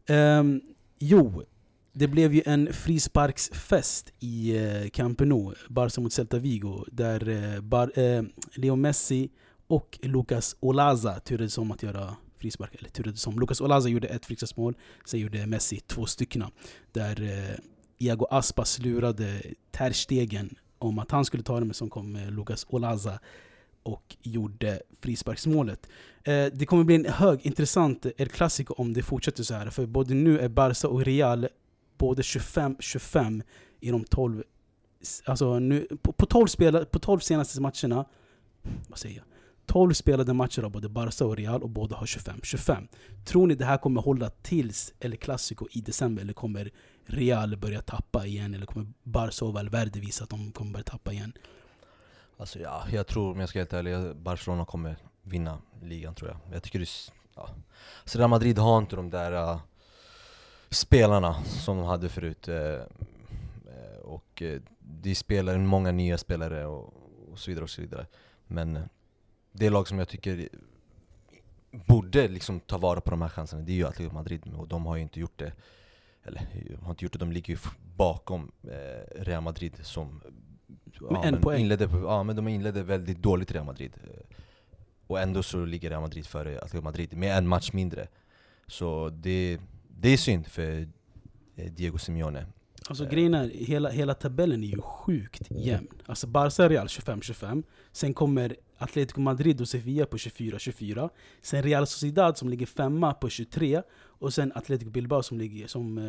Det blev ju en frisparksfest i Camp Nou, Barca mot Celta Vigo, där Leo Messi och Lucas Olaza turades om att göra frispark, eller turades om. Lucas Olaza gjorde 1 frisparksmål, sen gjorde Messi 2 stycken, där Iago Aspas lurade Ter Stegen om att han skulle ta det, men som kom Lucas Olaza och gjorde frisparksmålet. Det kommer bli en intressant El Clasico om det fortsätter så här, för både nu är Barca och Real både 25-25 i de 12, alltså nu på 12 senaste matcherna, vad säger jag? 12 spelade matcher av både Barca och Real, och båda har 25-25. Tror ni det här kommer hålla tills El Clasico i december, eller kommer Real börja tappa igen, eller kommer Barca och Valverde visa att de kommer börja tappa igen? Alltså ja, jag tror, om jag ska helt ärlig, Barcelona kommer vinna ligan, tror jag. Jag tycker så Real Madrid har inte de där spelarna som de hade förut, och de spelar många nya spelare, och och så vidare och så vidare. Men det lag som jag tycker borde liksom ta vara på de här chanserna, det är ju Atletico Madrid, och de har ju inte gjort det. Eller har inte gjort det, de ligger ju bakom Real Madrid som med en poäng. Men de inledde väldigt dåligt Real Madrid. Och ändå så ligger Real Madrid före Atletico Madrid med en match mindre. Så det är synd för Diego Simeone. Alltså grejen är, hela tabellen är ju sjukt jämn. Alltså Barca Real 25-25. Sen kommer Atletico Madrid och Sevilla på 24-24. Sen Real Sociedad som ligger 5 på 23. Och sen Atletico Bilbao som ligger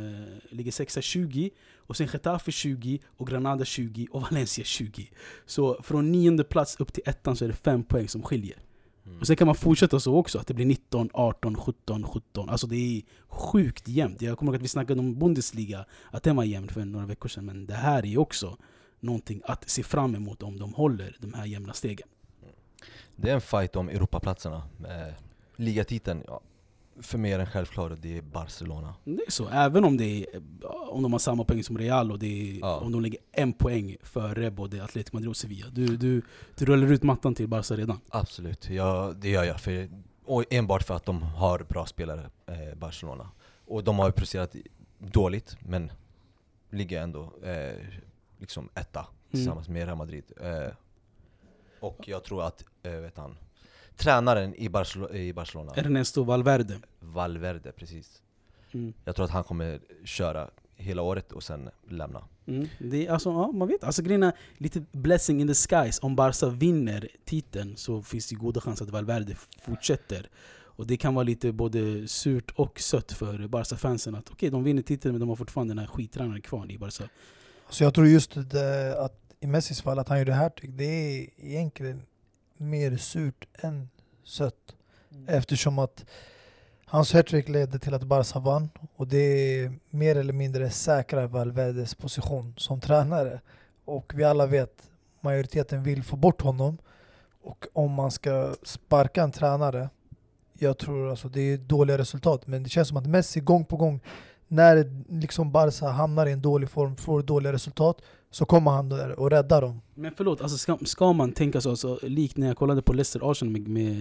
6-20. Och sen Getafe 20 och Granada 20 och Valencia 20. Så från 9:e plats upp till 1:an så är det 5 poäng som skiljer. Och sen kan man fortsätta så också, att det blir 19, 18, 17, 17. Alltså det är sjukt jämnt. Jag kommer ihåg att vi snackade om Bundesliga, att det var jämnt för några veckor sedan. Men det här är också någonting att se fram emot om de håller de här jämna stegen. Det är en fight om Europaplatserna. Ligatiteln, ja, för mer än självklart, det är Barcelona. Det är så, även om om de har samma poäng som Real och om de ligger 1 poäng före både Atletico Madrid och Sevilla. Du rullar ut mattan till Barca redan. Absolut, ja, det gör jag. Och enbart för att de har bra spelare, Barcelona. Och de har ju presterat dåligt, men ligger ändå liksom 1:a tillsammans med Real Madrid. Och jag tror att tränaren i Barcelona, Ernesto Valverde, precis. Jag tror att han kommer köra hela året och sen lämna. Det är alltså, ja, man vet. Alltså grejen är lite blessing in the skies. Om Barca vinner titeln så finns det goda chanser att Valverde fortsätter. Och det kan vara lite både surt och sött för Barca-fansen att okej, de vinner titeln men de har fortfarande den här skittränaren kvar i Barca. Så jag tror just att i Messis fall att han gjorde hattrick, det är egentligen mer surt än sött. Eftersom att hans hattrick ledde till att Barca vann, och det är mer eller mindre säkrar Valverdes position som tränare. Och vi alla vet, majoriteten vill få bort honom. Och om man ska sparka en tränare, jag tror alltså det är dåliga resultat. Men det känns som att Messi gång på gång, när liksom Barca hamnar i en dålig form, får dåliga resultat, så kommer han där och räddar dem. Men förlåt, alltså ska man tänka så, alltså, likt när jag kollade på Leicester Arsenal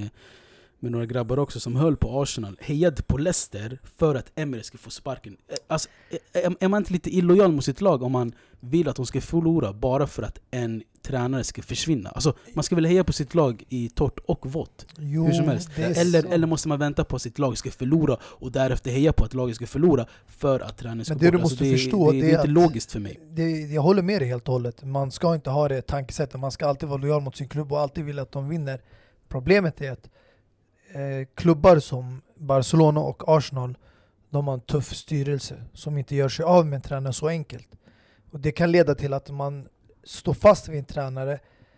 med några grabbar också som höll på Arsenal, hejade på Leicester för att Emery ska få sparken. Alltså, är man inte lite illojal mot sitt lag om man vill att de ska förlora bara för att en tränare ska försvinna? Alltså, man ska väl heja på sitt lag i torrt och vått, hur som helst. Eller måste man vänta på att sitt lag ska förlora och därefter heja på att laget ska förlora för att tränaren ska gå? Men det du alltså, måste förstå, det är inte logiskt för mig. Jag håller med dig helt och hållet. Man ska inte ha det tankesättet. Man ska alltid vara lojal mot sin klubb och alltid vilja att de vinner. Problemet är att klubbar som Barcelona och Arsenal, de har en tuff styrelse som inte gör sig av med en tränare så enkelt. Och det kan leda till att man står fast vid en tränare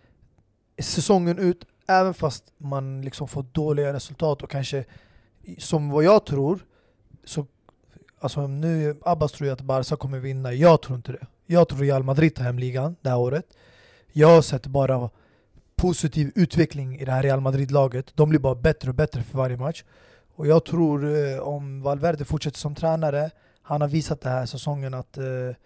säsongen ut, även fast man liksom får dåliga resultat och kanske, som vad jag tror, så alltså nu Abbas tror jag att Barca kommer vinna. Jag tror inte det. Jag tror Real Madrid tar hem ligan det här året. Jag har sett bara positiv utveckling i det här Real Madrid-laget. De blir bara bättre och bättre för varje match. Och jag tror om Valverde fortsätter som tränare, han har visat det här säsongen att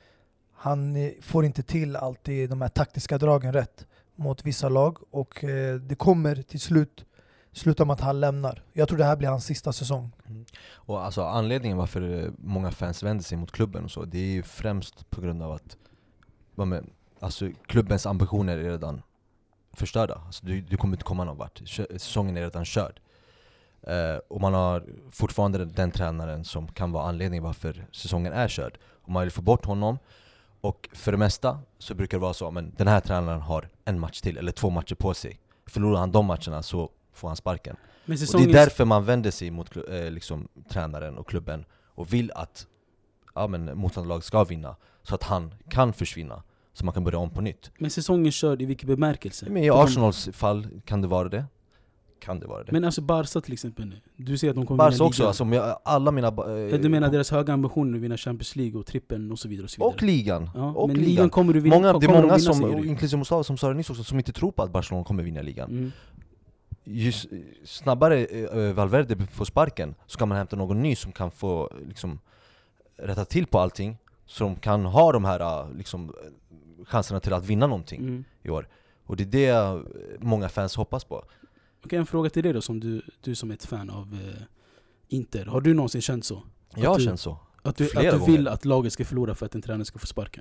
han får inte till alltid de här taktiska dragen rätt mot vissa lag. Och det kommer till sluta med att han lämnar. Jag tror det här blir hans sista säsong. Och alltså anledningen varför många fans vänder sig mot klubben och så, det är ju främst på grund av att alltså, klubbens ambitioner är redan förstörda. Alltså, du kommer inte komma någon vart. Säsongen är redan körd. Och man har fortfarande den tränaren som kan vara anledningen varför säsongen är körd. Och man vill få bort honom. Och för det mesta så brukar det vara så, men den här tränaren har en match till eller 2 matcher på sig. Förlorar han de matcherna så får han sparken. Och det är därför man vänder sig mot liksom, tränaren och klubben och vill att motståndarlag ska vinna så att han kan försvinna, så man kan börja om på nytt. Men säsongen körd i vilken bemärkelse? Men i Arsenals fall kan det vara det. Men alltså Barca till exempel nu. Du säger att de kommer Barca vinna ligan. också, alltså alla mina du menar deras höga ambitioner att vinna Champions League och trippen och så vidare och så vidare. Och ligan. Ja, och men ligan kommer du vinna. Det är många som, inklusive Mustafa som sa det nyss också, som inte tror på att Barcelona kommer vinna ligan. Ju snabbare Valverde får sparken så kan man hämta någon ny som kan få liksom rätta till på allting, som kan ha de här liksom chanserna till att vinna någonting i år. Och det är det många fans hoppas på. Okej, en fråga till dig då, som du som är ett fan av Inter. Har du någonsin känt så? Jag har känt så. Att du vill att laget ska förlora för att en tränare ska få sparken?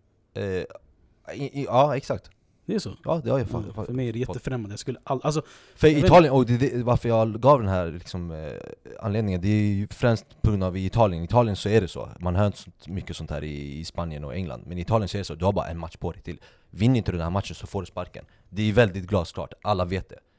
Ja, exakt. Det är så? Ja, det har jag för mig är det jättefrämmande. Jag skulle alltså, för Italien, och varför jag gav den här liksom, anledningen, det är ju främst på grund av i Italien så är det så. Man hör inte så mycket sånt här i Spanien och England. Men i Italien så är det så, du har bara en match på dig till. Vinner inte du den här matchen så får du sparken. Det är väldigt glasklart, alla vet det.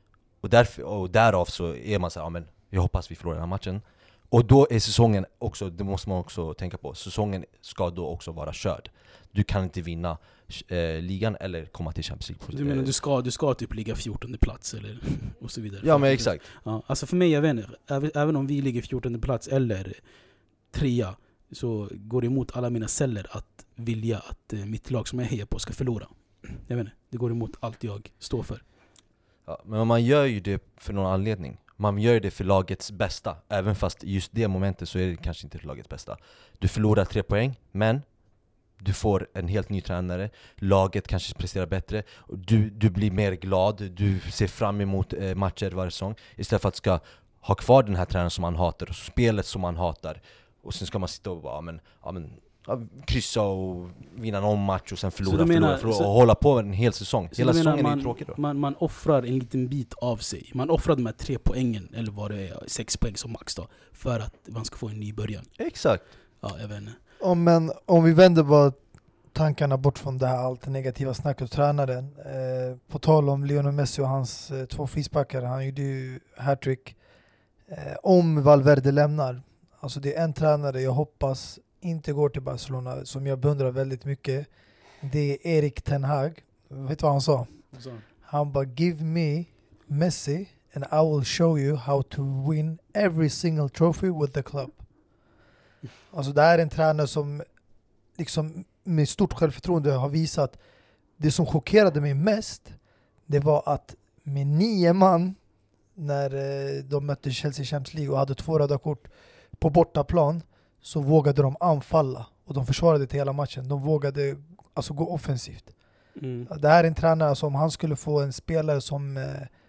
Och därav så är man så här, ja, men jag hoppas vi förlorar den här matchen. Och då är säsongen också, det måste man också tänka på, säsongen ska då också vara körd. Du kan inte vinna ligan eller komma till Champions League. Du menar du ska typ ligga 14:e plats eller och så vidare. Ja, men exakt. Ja, alltså för mig, jag vet inte, även om vi ligger 14:e plats eller 3:a, så går det emot alla mina celler att vilja att mitt lag som jag hejar på ska förlora. Jag vet inte, det går emot allt jag står för. Ja, men man gör ju det för någon anledning. Man gör det för lagets bästa. Även fast just det momentet så är det kanske inte för lagets bästa. Du förlorar 3 poäng, men du får en helt ny tränare. Laget kanske presterar bättre. Du blir mer glad. Du ser fram emot matcher varje säsong. Istället för att ska ha kvar den här tränaren som man hatar och spelet som man hatar. Och sen ska man sitta och bara, kryssa och vinna någon match och sen förlora och hålla på en hel säsong. Hela säsongen är tråkig då. Man offrar en liten bit av sig. Man offrar de här 3 poängen, eller vad det är, 6 poäng som max då, för att man ska få en ny början. Exakt. Ja, jag vet inte. Men om vi vänder bara tankarna bort från det här allt negativa snacket och tränaren. På tal om Lionel Messi och hans 2 frisparkar, han gjorde ju hattrick. Om Valverde lämnar, alltså det är en tränare jag hoppas inte går till Barcelona, som jag beundrar väldigt mycket. Det är Erik Ten Hag. Vet du vad han sa? Han bara, give me Messi and I will show you how to win every single trophy with the club. Alltså det här är en tränare som liksom med stort självförtroende har visat. Det som chockerade mig mest, det var att med 9 man när de mötte Chelsea Champions League och hade 2 röda kort på bortaplan, så vågade de anfalla och de försvarade till hela matchen. De vågade alltså gå offensivt. Det här är en tränare som, han skulle få en spelare som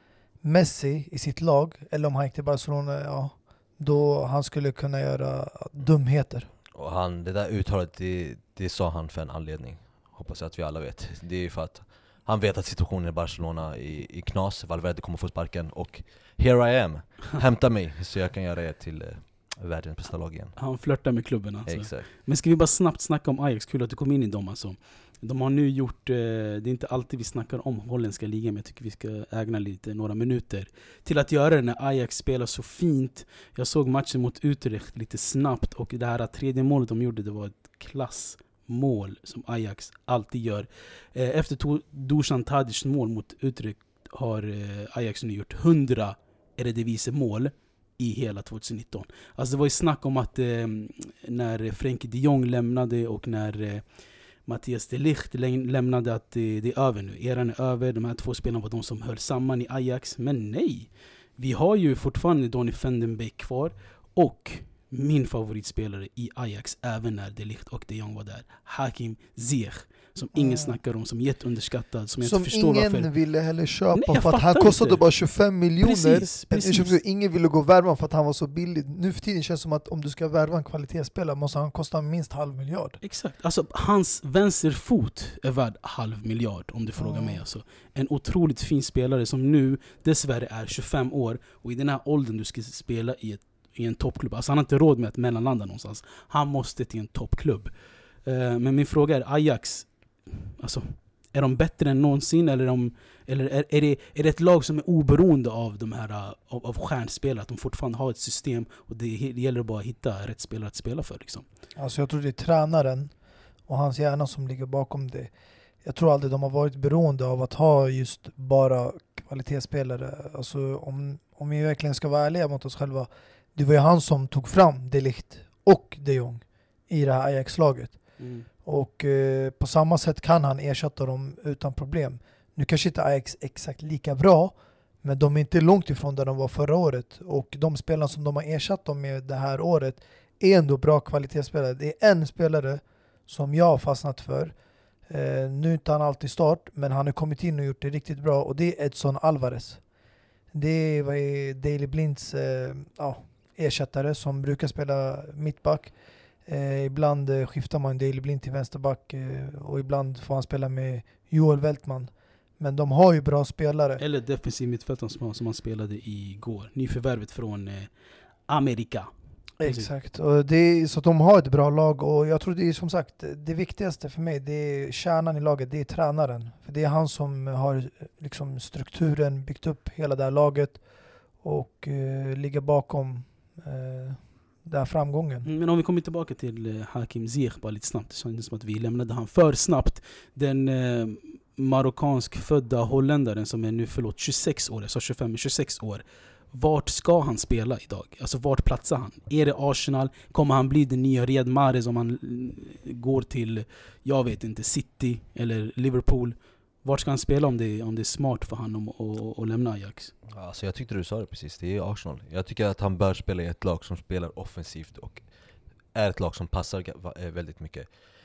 Messi i sitt lag, eller om han gick till Barcelona, då han skulle kunna göra dumheter. Och det där uttalet, det sa han för en anledning. Hoppas jag att vi alla vet. Det är ju för att han vet att situationen i Barcelona i knas. Valverde kommer få sparken och here I am. Hämta mig så jag kan göra er till världens bästa lag igen. Han flörtar med klubben alltså. Exakt. Men ska vi bara snabbt snacka om Ajax? Kul att du kom in i dem alltså. De har nu gjort, det är inte alltid vi snackar om holländska ligan, men jag tycker vi ska ägna några minuter till att göra det när Ajax spelar så fint. Jag såg matchen mot Utrecht lite snabbt, och det här 3:e målet de gjorde, det var ett klassmål som Ajax alltid gör. Efter Dusan Tadics mål mot Utrecht har Ajax nu gjort 100 Eredivisie-mål i hela 2019. Alltså det var ju snack om att när Frenkie de Jong lämnade och när Mattias de Ligt lämnade, att det är över nu. Eran är över. De här 2 spelarna var de som höll samman i Ajax. Men nej, vi har ju fortfarande Donny van den Beek kvar, och min favoritspelare i Ajax, även när de Ligt och de Jong var där, Hakim Ziyech, som ingen snackar om, som jätteunderskattad, som jag inte förstår varför. Ingen ville heller köpa, för att han kostade bara 25 miljoner. Precis. Ingen ville gå värva för att han var så billig. Nu för tiden känns det som att om du ska värva en kvalitetsspelare måste han kosta minst 500 miljoner. Exakt. Alltså hans vänsterfot är värd 500 miljoner om du frågar mig. Alltså. En otroligt fin spelare som nu dessvärre är 25 år, och i den här åldern du ska spela i en toppklubb. Alltså han har inte råd med att mellanlanda någonstans. Han måste till en toppklubb. Men min fråga är, Ajax, alltså, är de bättre än någonsin, eller är det ett lag som är oberoende av de här av stjärnspelare, att de fortfarande har ett system och det gäller bara att hitta rätt spelare att spela för liksom? Alltså jag tror det är tränaren och hans hjärna som ligger bakom det. Jag tror aldrig de har varit beroende av att ha just bara kvalitetsspelare. Alltså om vi verkligen ska vara ärliga mot oss själva, det var ju han som tog fram de Ligt och de Jong i det här Ajax-laget. Och på samma sätt kan han ersätta dem utan problem. Nu kanske inte Ajax exakt lika bra, men de är inte långt ifrån där de var förra året. Och de spelarna som de har ersatt dem med det här året är ändå bra kvalitetsspelare. Det är en spelare som jag har fastnat för. Nu är inte han alltid start, men han har kommit in och gjort det riktigt bra. Och det är Edson Alvarez. Det är Daley Blinds ersättare som brukar spela mittback. Ibland skiftar man Daley Blind till vänsterback och ibland får han spela med Joel Weltman. Men de har ju bra spelare. Eller defensiv mittfältare som han spelade igår. Nyförvärvet från Amerika. Exakt. Och det är, så att de har ett bra lag. Och jag tror det är som sagt, det viktigaste för mig, det är kärnan i laget, det är tränaren. För det är han som har liksom strukturen, byggt upp hela det här laget och ligger bakom den här framgången. Men om vi kommer tillbaka till Hakim Ziyech bara lite snabbt. Det kändes som att vi lämnade han för snabbt. Den marockansk födda holländaren som är nu 26 år, jag sa 25, 26 år. Vart ska han spela idag? Alltså vart platsar han? Är det Arsenal? Kommer han bli den nya Riyad Mahrez om han går till, jag vet inte, City eller Liverpool? Vart ska han spela om det är smart för honom att lämna Ajax? Alltså jag tyckte du sa det precis, det är Arsenal. Jag tycker att han bör spela i ett lag som spelar offensivt och är ett lag som passar väldigt mycket.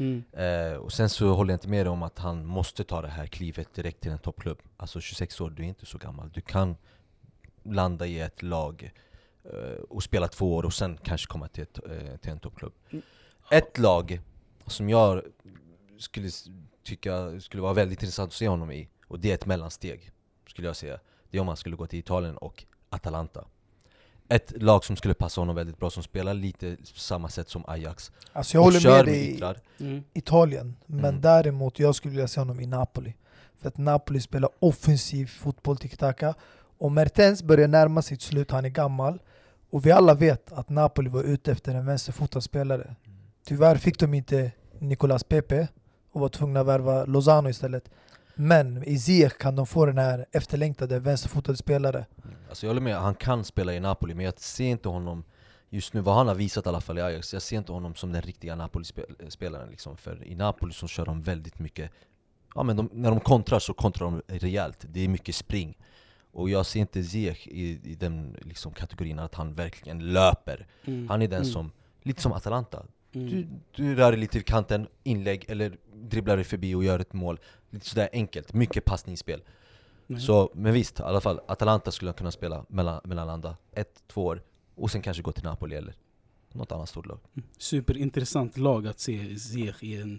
Och sen så håller jag inte med om att han måste ta det här klivet direkt till en toppklubb. Alltså 26 år, du är inte så gammal. Du kan landa i ett lag och spela 2 år och sen kanske komma till en toppklubb. Ett lag som jag skulle tycka skulle vara väldigt intressant att se honom i, och det är ett mellansteg skulle jag säga. Det är om han skulle gå till Italien och Atalanta. Ett lag som skulle passa honom väldigt bra, som spelar lite samma sätt som Ajax. Alltså jag håller med dig i Italien, men däremot jag skulle vilja se honom i Napoli. För att Napoli spelar offensiv fotboll, tiki-taka. Och Mertens börjar närma sitt slut, han är gammal. Och vi alla vet att Napoli var ute efter en vänsterfotad spelare. Tyvärr fick de inte Nicolas Pepe och var tvungna att värva Lozano istället. Men i Ziyech kan de få den här efterlängtade vänsterfotade spelare. Alltså jag håller med, han kan spela i Napoli, men jag ser inte honom just nu, vad han har visat i alla fall i Ajax, jag ser inte honom som den riktiga Napoli-spelaren liksom. För i Napoli så kör de väldigt mycket, men när de kontrar så kontrar de rejält. Det är mycket spring. Och jag ser inte Ziyech i den liksom kategorin att han verkligen löper. Han är den som, lite som Atalanta. Du rör dig lite till kanten, inlägg eller dribblar dig förbi och gör ett mål. Lite sådär enkelt, mycket passningsspel. Så, men visst, i alla fall Atalanta skulle kunna spela mellanlanda 1-2 år och sen kanske gå till Napoli eller något annat stort lag. Superintressant lag att se Ziyech i en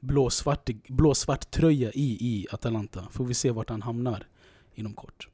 blå-svart tröja i Atalanta. Får vi se vart han hamnar inom kort.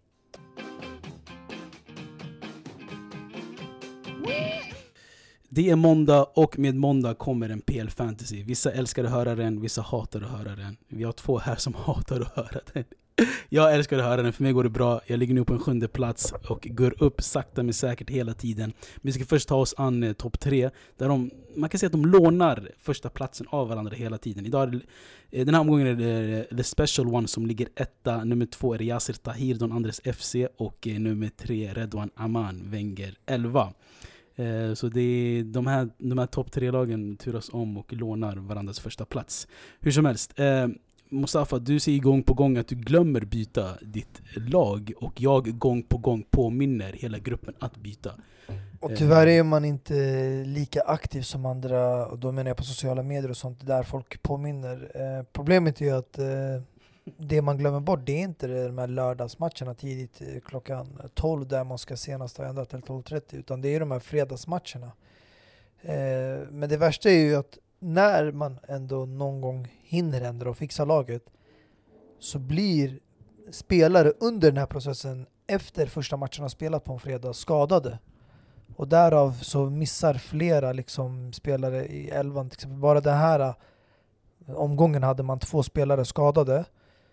Det är måndag och med måndag kommer en PL Fantasy. Vissa älskar att höra den, vissa hatar att höra den. Vi har 2 här som hatar att höra den. Jag älskar att höra den, för mig går det bra. Jag ligger nu på en 7:e plats och går upp sakta men säkert hela tiden. Men vi ska först ta oss an topp 3. Där man kan säga att de lånar första platsen av varandra hela tiden. Den här omgången är det The Special One som ligger 1. Nummer 2 är Yasser Tahir, Don Andres FC. Och nummer 3 Redouane Aman, Wenger 11. Så det är de här topp 3-lagen turas om och lånar varandras första plats. Hur som helst, Mustafa, du säger gång på gång att du glömmer byta ditt lag, och jag gång på gång påminner hela gruppen att byta. Och tyvärr är man inte lika aktiv som andra, och då menar jag på sociala medier och sånt där folk påminner. Problemet är ju att det man glömmer bort, det är inte de här lördagsmatcherna tidigt klockan 12 där man ska senast ha ändrat till 12:30, utan det är de här fredagsmatcherna. Men det värsta är ju att när man ändå någon gång hinner ändra och fixa laget, så blir spelare under den här processen efter första matchen har spelat på en fredag skadade. Och därav så missar flera liksom spelare i 11. Till exempel bara den här omgången hade man 2 spelare skadade.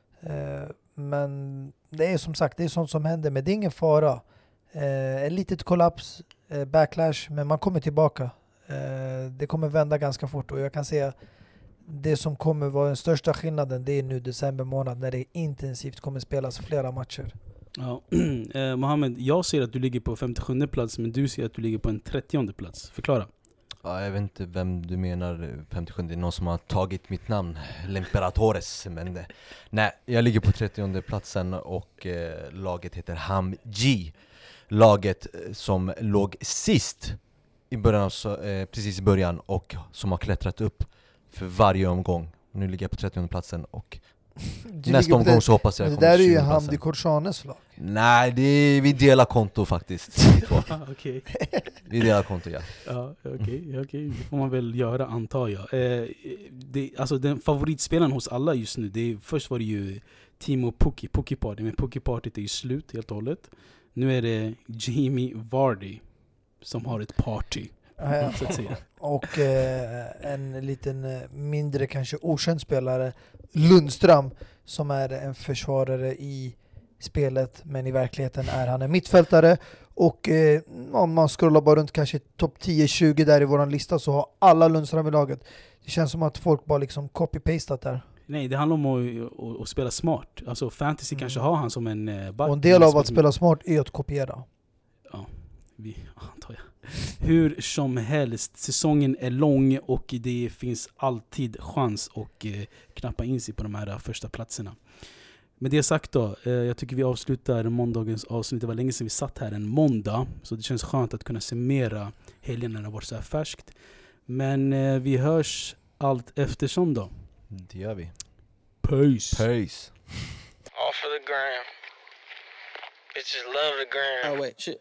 Men det är som sagt, det är sånt som händer, men det är ingen fara. En litet kollaps, backlash, men man kommer tillbaka. Det kommer vända ganska fort, och jag kan säga det som kommer vara den största skillnaden, det är nu december månad när det intensivt kommer spelas flera matcher. Ja. Mohammed, jag ser att du ligger på 57:e plats, men du ser att du ligger på en 30:e plats. Förklara. Ja, jag vet inte vem du menar 57, det är någon som har tagit mitt namn, L'Imperatores, men nej, jag ligger på 30:e platsen och laget heter Hamji. Laget som låg sist i början, precis i början, och som har klättrat upp för varje omgång Nu ligger jag på 30:e platsen och Du nästa ligger på omgång så hoppas jag det kommer där är till ju 20:e platsen. Hamdi Korshanes lag. Nej, vi delar konto faktiskt. Okej. Vi delar konto, ja. Ja, okej. Det får man väl göra, antar jag. Alltså den favoritspelaren hos alla just nu, först var det ju Timo Pukki Party, men Pukki Partyt är ju slut helt och hållet. Nu är det Jamie Vardy som har ett party, så att säga. Och en liten mindre kanske okänd spelare, Lundström, som är en försvarare i spelet, men i verkligheten är han en mittfältare. Och om man scrollar bara runt kanske topp 10-20 där i våran lista, så har alla Lundström i laget. Det känns som att folk bara liksom copy-pastat där. Nej, det handlar om att spela smart. Alltså fantasy kanske har han som en back. Och en del av att spela smart är att kopiera. Ja, antar jag. Hur som helst, säsongen är lång och det finns alltid chans att knappa in sig på de här första platserna. Med det sagt då, jag tycker vi avslutar måndagens avsnitt. Det var länge sedan vi satt här en måndag, så det känns skönt att kunna summera helgen när det har varit så här färskt. Men vi hörs allt eftersom då. Det gör vi. Peace. All for the gram. Bitches love the gram. Oh wait, shit.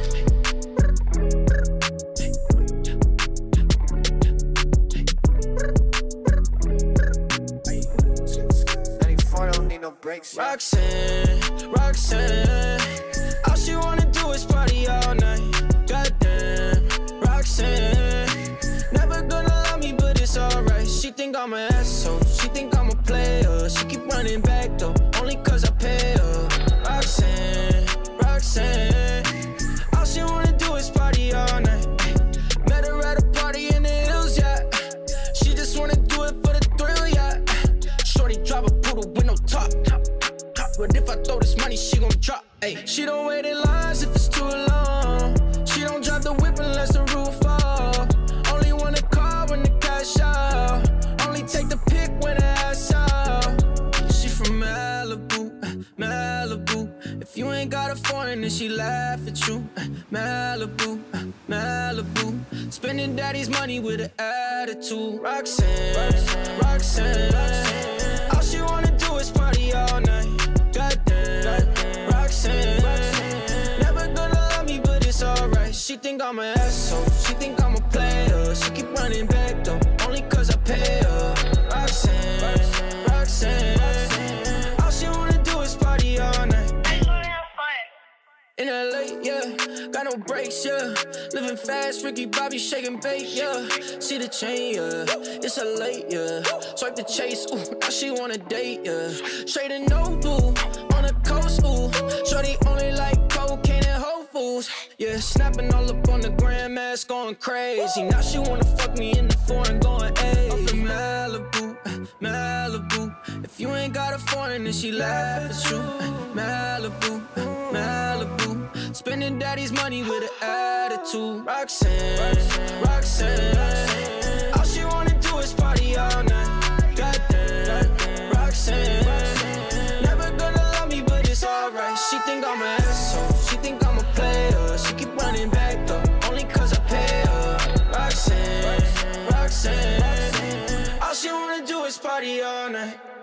Roxanne, all she wanna do is party all night. Goddamn, Roxanne, never gonna love me, but it's alright. She think I'm an asshole, she think I'm a player. She keep running back though, only cause I pay her. Roxanne, all she wanna do is party all night. Met her at a party in the hills, yeah. She just wanna do it for the thrill, yeah. Shorty drive a poodle with no top. But if I throw this money, she gon' drop. Ay. She don't wait in lines if it's too long. She don't drive the whip unless the roof off. Only want a car when the cash out. Only take the pic when the ass out. She from Malibu, Malibu. If you ain't got a foreign, then she laugh at you. Malibu, Malibu. Spending daddy's money with an attitude. Roxanne. All she wanna do is party all night. Goddamn, Roxanne, never gonna love me, but it's alright. She think I'm an asshole, she think I'm a player. She keep running back though, only cause I pay her. Roxanne, all she wanna do is party all night. In LA, yeah, got no brakes, yeah. Living fast, Ricky Bobby shaking bait, yeah. See the chain, yeah, it's a late, yeah. Swipe the chase, ooh, now she wanna date, yeah. Straight and no boo, on the coast, ooh. Shorty only like cocaine and Whole Foods, yeah. Snapping all up on the grandmas, going crazy. Now she wanna fuck me in the foreign, going ayy. Up in Malibu, Malibu. If you ain't got a foreign, then she laugh at you. Malibu, Malibu. Spending daddy's money with an attitude. Roxanne, all she wanna do is party all night. Goddamn, Roxanne, never gonna love me, but it's alright. She think I'm an asshole, she think I'm a player. She keep running back though, only cause I pay her. Roxanne, all she wanna do is party all night.